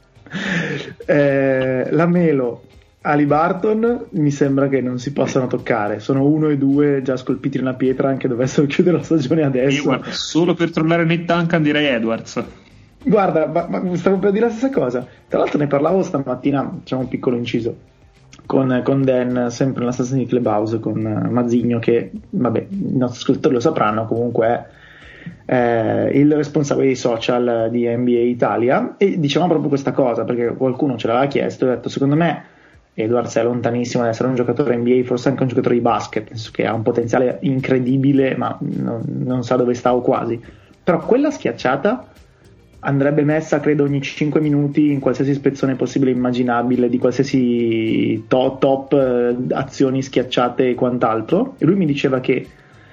La Melo, Haliburton, mi sembra che non si possano toccare, sono 1 e 2 già scolpiti nella pietra, anche dovessero chiudere la stagione adesso. Io guarda, solo per trollare Nate Duncan direi Edwards. Guarda, ma stavo per dire la stessa cosa. Tra l'altro ne parlavo stamattina, facciamo un piccolo inciso con Dan, sempre nella stazione di Clubhouse, con Mazzigno, che vabbè, i nostri ascoltatori lo sapranno, comunque è il responsabile dei social di NBA Italia, e dicevamo proprio questa cosa perché qualcuno ce l'aveva chiesto e ho detto: secondo me Edwards è lontanissimo da essere un giocatore NBA, forse anche un giocatore di basket, nel senso che ha un potenziale incredibile, ma non sa dove sta o quasi. Però quella schiacciata andrebbe messa, credo, ogni 5 minuti in qualsiasi spezzone possibile e immaginabile di qualsiasi top azioni schiacciate e quant'altro. E lui mi diceva che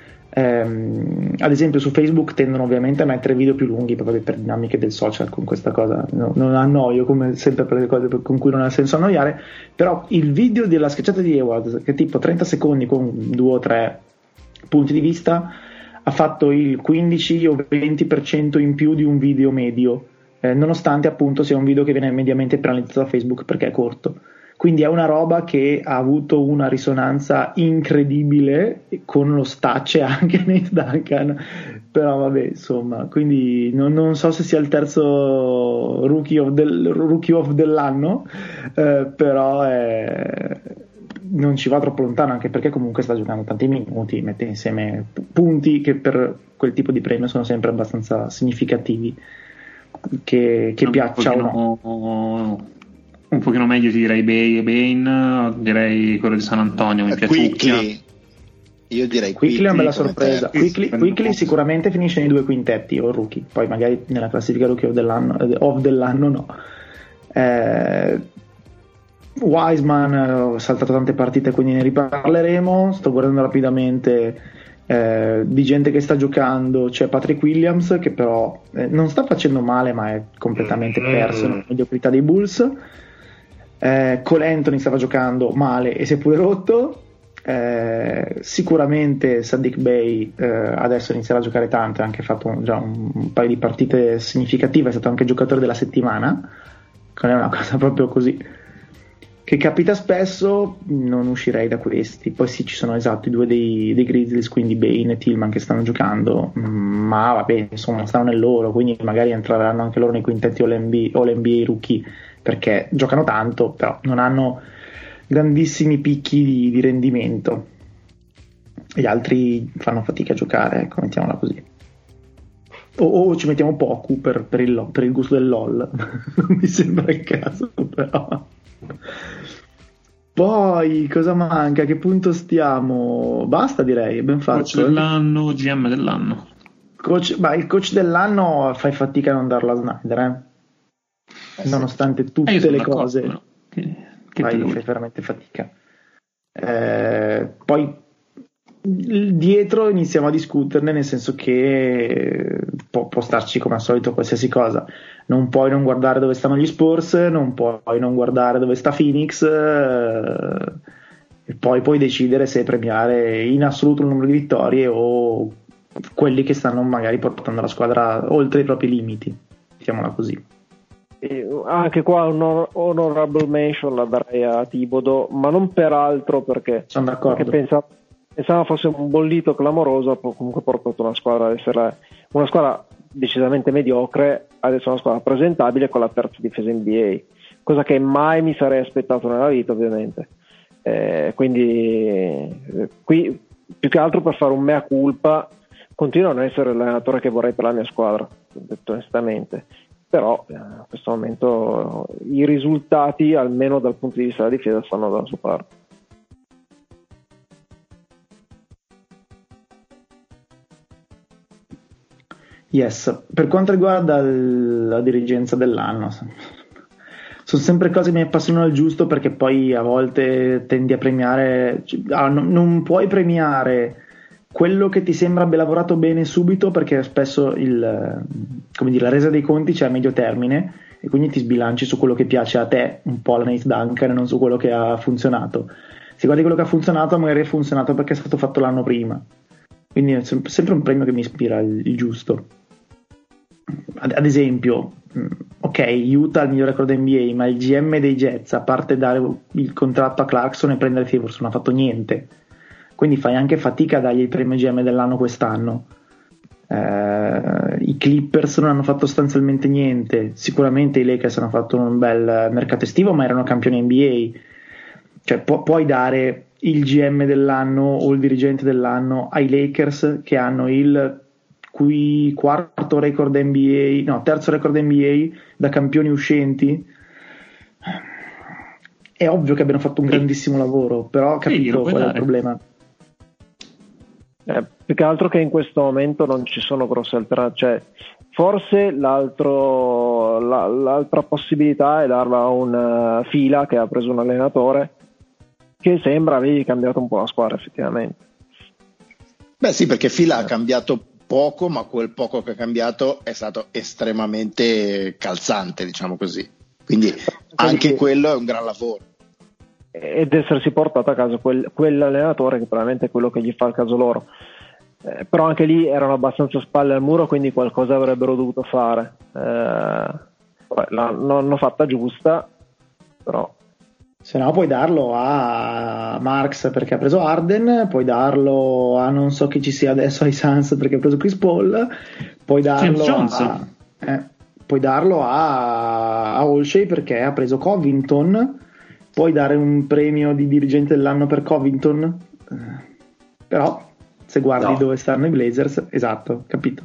ad esempio su Facebook tendono ovviamente a mettere video più lunghi proprio per dinamiche del social, con questa cosa non annoio come sempre per le cose con cui non ha senso annoiare, però il video della schiacciata di Edwards, che è tipo 30 secondi con 2 o 3 punti di vista, ha fatto il 15 o 20% in più di un video medio, nonostante appunto sia un video che viene mediamente penalizzato da Facebook perché è corto. Quindi è una roba che ha avuto una risonanza incredibile, con lo stacce anche Nate Duncan, però vabbè, insomma, quindi non so se sia il terzo rookie of dell'anno, però non ci va troppo lontano, anche perché comunque sta giocando tanti minuti, mette insieme punti che per quel tipo di premio sono sempre abbastanza significativi, che piaccia o no. Un pochino meglio ti direi Bane, direi quello di San Antonio, mi piace. Io direi Quickly è una bella sorpresa. Quickly sicuramente finisce nei 2 quintetti o rookie, poi magari nella classifica rookie of dell'anno no. Wiseman ho saltato tante partite, quindi ne riparleremo. Sto guardando rapidamente di gente che sta giocando. C'è Patrick Williams che però non sta facendo male, ma è completamente perso nella mediocrità dei Bulls. Cole Anthony stava giocando male e si è pure rotto. Sicuramente Saddiq Bey adesso inizierà a giocare tanto, ha anche fatto già un paio di partite significative, è stato anche giocatore della settimana, che non è una cosa proprio così che capita spesso. Non uscirei da questi. Poi sì, ci sono i 2 dei Grizzlies, quindi Bane e Tillman, che stanno giocando, ma vabbè, insomma, stanno nel loro, quindi magari entreranno anche loro nei quintetti o l'NBA rookie, perché giocano tanto, però non hanno grandissimi picchi di rendimento. Gli altri fanno fatica a giocare, ecco, mettiamola così. O ci mettiamo poco per il gusto del LOL. Non mi sembra il caso, però. Poi cosa manca? A che punto stiamo? Basta, direi, ben fatto. Coach dell'anno, GM dell'anno. Il coach dell'anno fai fatica a non darlo a Snyder, nonostante tutte le cose. No? Fai veramente fatica. Poi dietro iniziamo a discuterne, nel senso che può starci come al solito qualsiasi cosa. Non puoi non guardare dove stanno gli Spurs, non puoi non guardare dove sta Phoenix, e poi puoi decidere se premiare in assoluto il numero di vittorie o quelli che stanno magari portando la squadra oltre i propri limiti, mettiamola così. Anche qua un honorable mention la darei a Thibodeau, ma non per altro perché sono d'accordo, perché pensavo fosse un bollito clamoroso, comunque ha portato una squadra ad essere una squadra decisamente mediocre, adesso è una squadra presentabile con la terza difesa NBA, cosa che mai mi sarei aspettato nella vita, ovviamente. Quindi qui più che altro per fare un mea culpa, continuo a non essere l'allenatore che vorrei per la mia squadra, detto onestamente, però a questo momento i risultati, almeno dal punto di vista della difesa, stanno dalla sua parte. Yes, per quanto riguarda la dirigenza dell'anno, sono sempre cose che mi appassionano al giusto, perché poi a volte tendi a premiare, non puoi premiare quello che ti sembra abbia lavorato bene subito, perché spesso la resa dei conti c'è a medio termine e quindi ti sbilanci su quello che piace a te, un po' alla Nate Duncan, e non su quello che ha funzionato. Se guardi quello che ha funzionato, magari è funzionato perché è stato fatto l'anno prima, quindi è sempre un premio che mi ispira il giusto. Ad esempio, ok, Utah ha il miglior record NBA, ma il GM dei Jets, a parte dare il contratto a Clarkson e prendere Favors, non ha fatto niente, quindi fai anche fatica a dargli il premio GM dell'anno quest'anno. I Clippers non hanno fatto sostanzialmente niente, sicuramente i Lakers hanno fatto un bel mercato estivo, ma erano campioni NBA. Cioè puoi dare il GM dell'anno o il dirigente dell'anno ai Lakers, che hanno il terzo record NBA da campioni uscenti. È ovvio che abbiano fatto un grandissimo lavoro, però ho capito qual è il problema. Più che altro che in questo momento non ci sono grosse alternative, cioè, forse l'altra possibilità è darla a un Fila che ha preso un allenatore che sembra aver cambiato un po' la squadra, effettivamente. Beh sì, perché Fila ha cambiato poco, ma quel poco che ha cambiato è stato estremamente calzante, diciamo così, quindi anche quello è un gran lavoro, ed essersi portato a casa quell'allenatore che probabilmente è quello che gli fa il caso loro. Però anche lì erano abbastanza spalle al muro, quindi qualcosa avrebbero dovuto fare. L'hanno fatta giusta, però se no puoi darlo a Marks perché ha preso Harden, puoi darlo a non so chi ci sia adesso ai Suns perché ha preso Chris Paul, puoi darlo a Olshey perché ha preso Covington, puoi dare un premio di dirigente dell'anno per Covington, però se guardi dove stanno i Blazers, esatto, capito.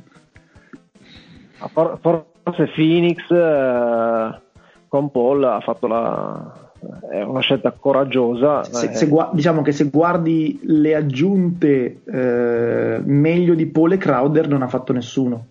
Forse Phoenix con Paul ha fatto è una scelta coraggiosa. Diciamo che se guardi le aggiunte meglio di Paul e Crowder non ha fatto nessuno,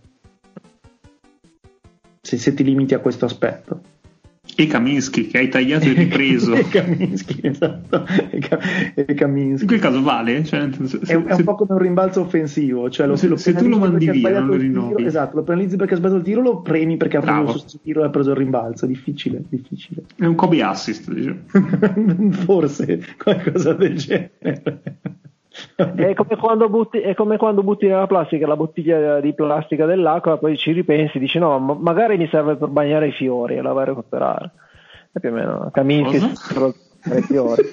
se ti limiti a questo aspetto. E Kaminsky che hai tagliato e ripreso. E Kaminsky, esatto. E Kaminsky. In quel caso vale? Cioè, è un po' come un rimbalzo offensivo, cioè se tu lo mandi via non lo rinnovi. Esatto, lo penalizzi perché ha sbagliato il tiro, lo premi perché ha preso il suo tiro e ha preso il rimbalzo. Difficile. È un Kobe assist, diciamo. Forse qualcosa del genere. È come quando butti nella plastica la bottiglia di plastica dell'acqua, poi ci ripensi, dici no, magari mi serve per bagnare i fiori e la vai a recuperare. È più o meno Kaminsky per i fiori.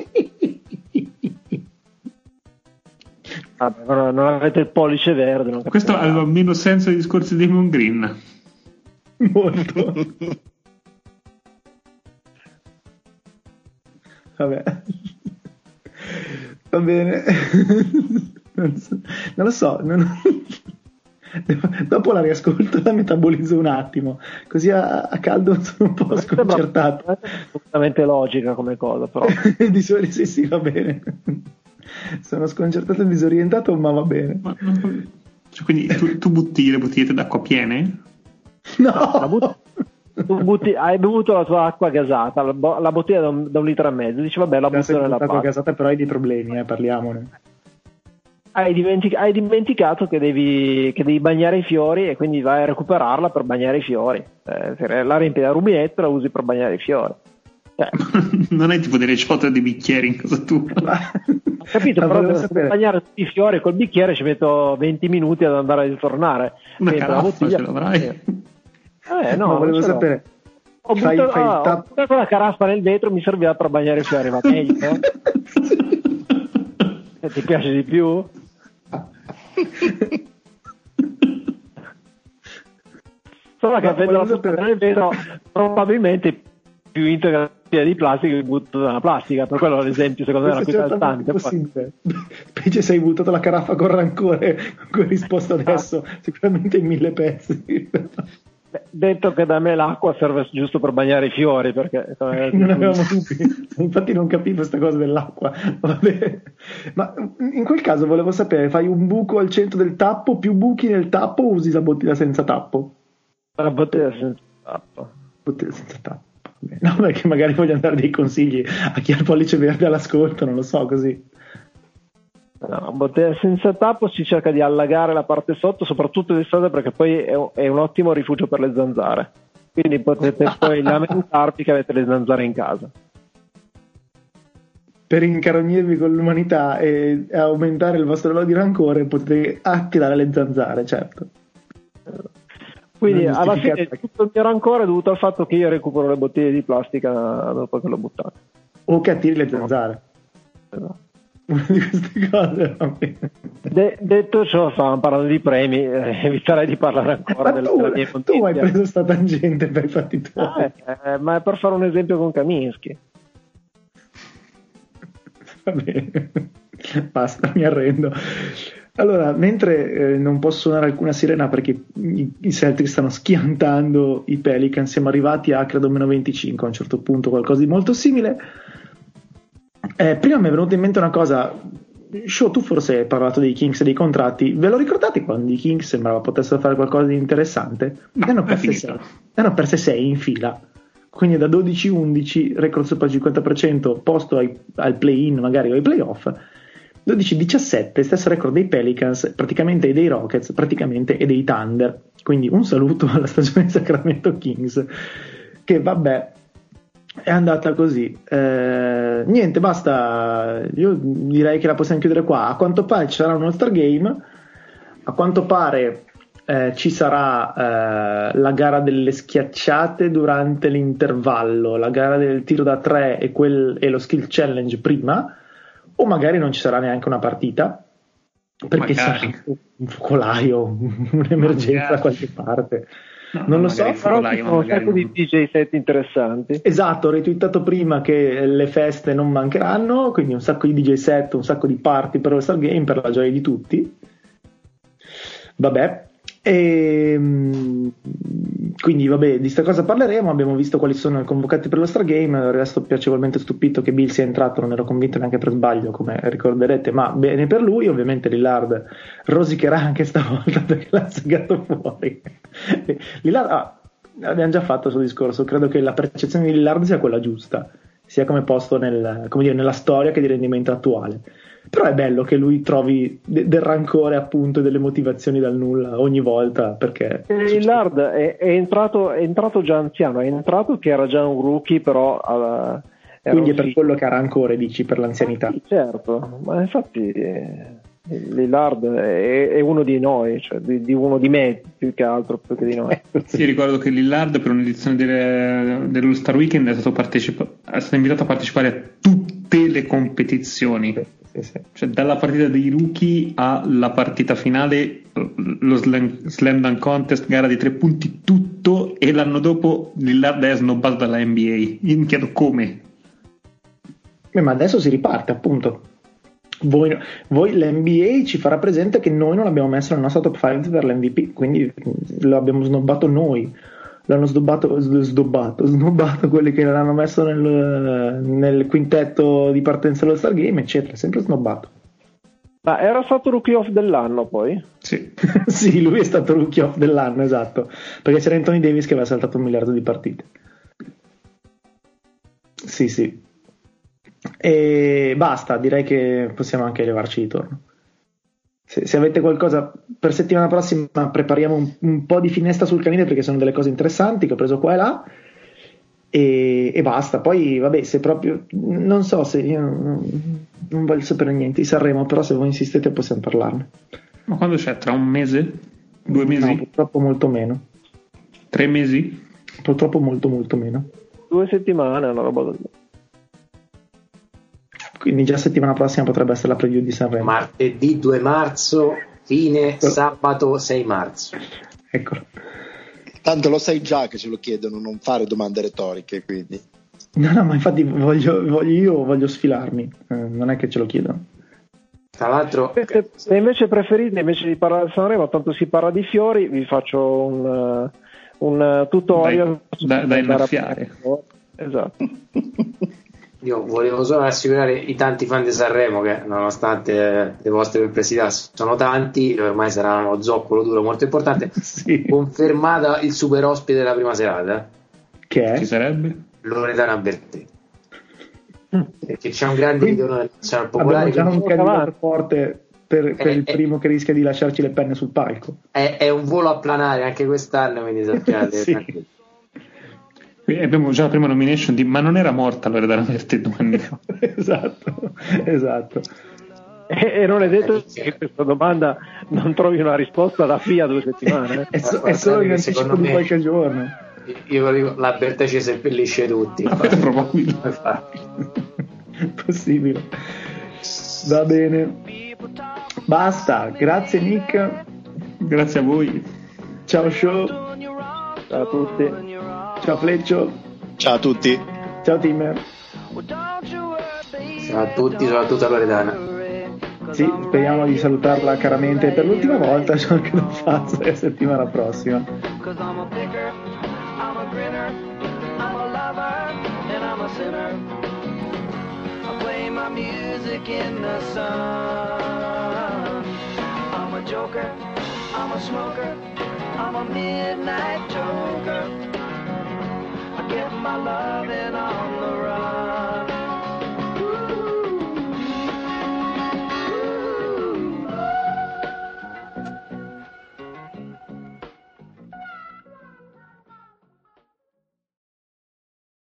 Vabbè, non avete il pollice verde, non questo aveva meno senso dei discorsi di Damon Green. Molto. Vabbè, va bene. Non lo so, dopo la riascolto e la metabolizzo un attimo, così a caldo sono un po' sconcertato. È assolutamente logica come cosa, però. Sì, va bene. Sono sconcertato e disorientato, ma va bene. Cioè, quindi tu butti le bottigliette d'acqua piene? No! Hai bevuto la tua acqua gasata, la bottiglia da 1,5 litri, dici vabbè, la butto nella acqua gasata, però hai dei problemi, parliamone. Hai dimenticato che devi bagnare i fiori e quindi vai a recuperarla per bagnare i fiori. La riempi da rubinetto e la usi per bagnare i fiori. Non hai tipo delle ciotole di bicchieri in casa tua? Ho capito, però per bagnare tutti i fiori col bicchiere ci metto 20 minuti ad andare a ritornare. Una caraffa ce l'avrai? No, ma volevo sapere. Ho buttato la caraffa nel vetro, mi serviva per bagnare i fiori, va meglio? Ti piace di più? Solo che avendo la buttata nel vetro probabilmente più integra di plastica che butto nella plastica, per quello l'esempio secondo me era più calzante. Specie se hai buttato la caraffa con rancore con risposto adesso sicuramente in 1000 pezzi. Detto che da me l'acqua serve giusto per bagnare i fiori, perché non avevamo dubbi, infatti non capivo questa cosa dell'acqua. Vabbè. Ma in quel caso volevo sapere, fai un buco al centro del tappo, più buchi nel tappo, o usi la bottiglia senza tappo? La bottiglia senza tappo. Bottiglia senza tappo. No, perché magari voglio dare dei consigli a chi ha il pollice verde all'ascolto, non lo so, così. No, bottiglia senza tappo si cerca di allagare la parte sotto, soprattutto d'estate, perché poi è un ottimo rifugio per le zanzare. Quindi potete poi lamentarvi che avete le zanzare in casa. Per incarognirvi con l'umanità e aumentare il vostro livello di rancore potete attirare le zanzare, certo. Quindi alla fine tutto il mio rancore è dovuto al fatto che io recupero le bottiglie di plastica dopo che l'ho buttate. O che attiri le zanzare. Esatto. Una di queste cose va bene. Detto ciò, stavamo parlando di premi, eviterei di parlare ancora della mia notizia. Tu hai preso sta tangente per i fatti tuoi. Ma è per fare un esempio con Kaminsky. Va bene, basta, mi arrendo. Allora, mentre non posso suonare alcuna sirena perché i Celtics stanno schiantando i Pelicans, siamo arrivati a credo meno 25 a un certo punto, qualcosa di molto simile. Prima mi è venuta in mente una cosa. Show, tu forse hai parlato dei Kings e dei contratti, ve lo ricordate quando i Kings sembrava potessero fare qualcosa di interessante? Ne hanno perse 6 in fila, quindi da 12-11 record sopra il 50%, posto al play-in magari o ai playoff. 12-17 stesso record dei Pelicans praticamente, e dei Rockets praticamente, e dei Thunder. Quindi un saluto alla stagione Sacramento Kings, che vabbè è andata così. Niente, basta, io direi che la possiamo chiudere qua. A quanto pare ci sarà un All-Star Game, a quanto pare ci sarà la gara delle schiacciate durante l'intervallo, la gara del tiro da 3 e lo skill challenge prima, o magari non ci sarà neanche una partita perché sarà un focolaio, un'emergenza da qualche parte. No, non lo so, magari Però Furlai, ci ma sono un magari sacco non. di DJ set interessanti. esatto, ho retweetato prima che le feste non mancheranno, quindi un sacco di DJ set, un sacco di party per All-Star Game per la gioia di tutti. Vabbè, quindi vabbè, di sta cosa parleremo. Abbiamo visto quali sono i convocati per lo Star Game. Resto piacevolmente stupito che Bill sia entrato, non ero convinto neanche per sbaglio, come ricorderete, ma bene per lui. Ovviamente Lillard rosicherà anche stavolta perché l'ha segato fuori. Lillard, abbiamo già fatto il suo discorso, credo che la percezione di Lillard sia quella giusta, sia come posto nella storia che di rendimento attuale. Però è bello che lui trovi del rancore, appunto, e delle motivazioni dal nulla ogni volta, perché Lillard è entrato già anziano, è entrato che era già un rookie, però quindi è per quello che ha rancore, dici, per l'anzianità. Sì, certo, ma infatti Lillard è uno di noi, cioè di uno di me più che altro, più che di noi. Sì, ricordo che Lillard per un'edizione dell'All-Star Weekend è stato invitato a partecipare a tutte le competizioni. Sì. Cioè, dalla partita dei rookie alla partita finale, lo slam dunk contest, gara di 3 punti, tutto, e l'anno dopo Lillard è snobbato dalla NBA. Io mi chiedo come. Ma adesso si riparte, appunto. Voi l'NBA ci farà presente che noi non abbiamo messo nel nostro top 5 per l'MVP, quindi lo abbiamo snobbato noi. L'hanno snobbato quelli che l'hanno messo nel quintetto di partenza dello Star Game, eccetera, sempre snobbato. Ma era stato rookie off dell'anno poi? Sì. Sì, lui è stato rookie off dell'anno, esatto, perché c'era Anthony Davis che aveva saltato 1 miliardo di partite. Sì. E basta, direi che possiamo anche levarci di torno. Se avete qualcosa per settimana prossima, prepariamo un po' di finestra sul canile, perché sono delle cose interessanti che ho preso qua e là, e basta. Poi vabbè, se proprio non so, se io non voglio sapere niente di Sanremo, però se voi insistete possiamo parlarne. Ma quando c'è? Tra un mese? 2 mesi? No, purtroppo molto meno. 3 mesi? Purtroppo molto meno. 2 settimane, una roba del genere. Quindi già settimana prossima potrebbe essere la preview di Sanremo. Martedì 2 marzo, fine sabato 6 marzo. Eccolo. Tanto lo sai già che ce lo chiedono, non fare domande retoriche, quindi. No, ma infatti voglio sfilarmi, non è che ce lo chiedono. Tra l'altro, Se invece preferite, invece di parlare di Sanremo, tanto si parla di fiori, vi faccio un tutorial da innaffiare. Esatto. io volevo solo rassicurare i tanti fan di Sanremo che, nonostante le vostre perplessità, sono tanti, ormai sarà uno zoccolo duro molto importante. Sì. Confermata il super ospite della prima serata, Che è? Chi sarebbe? Loredana Bertè, perché c'è un grande video nazionale popolare. Abbiamo già un quindi candidato forte per il primo che rischia di lasciarci le penne sul palco. è un volo a planare anche quest'anno, quindi sappiate. Sì. Abbiamo già la prima nomination ma non era morta Loredana Bertè 2 anni fa? esatto. E non è detto che questa domanda non trovi una risposta da qui a 2 settimane. È solo in anticipo di qualche giorno. Io dico, la Bertè ci seppellisce tutti. No, è probabile. Possibile. Va bene. Basta, grazie Nick. Grazie a voi. Ciao Show. Ciao a tutti. Ciao Fleccio. Ciao a tutti. Ciao Timmer. Ciao a tutti, soprattutto a Loredana. Sì, speriamo di salutarla caramente per l'ultima volta, ciò che non faccio la settimana prossima. I'm a midnight joker. I get my loving on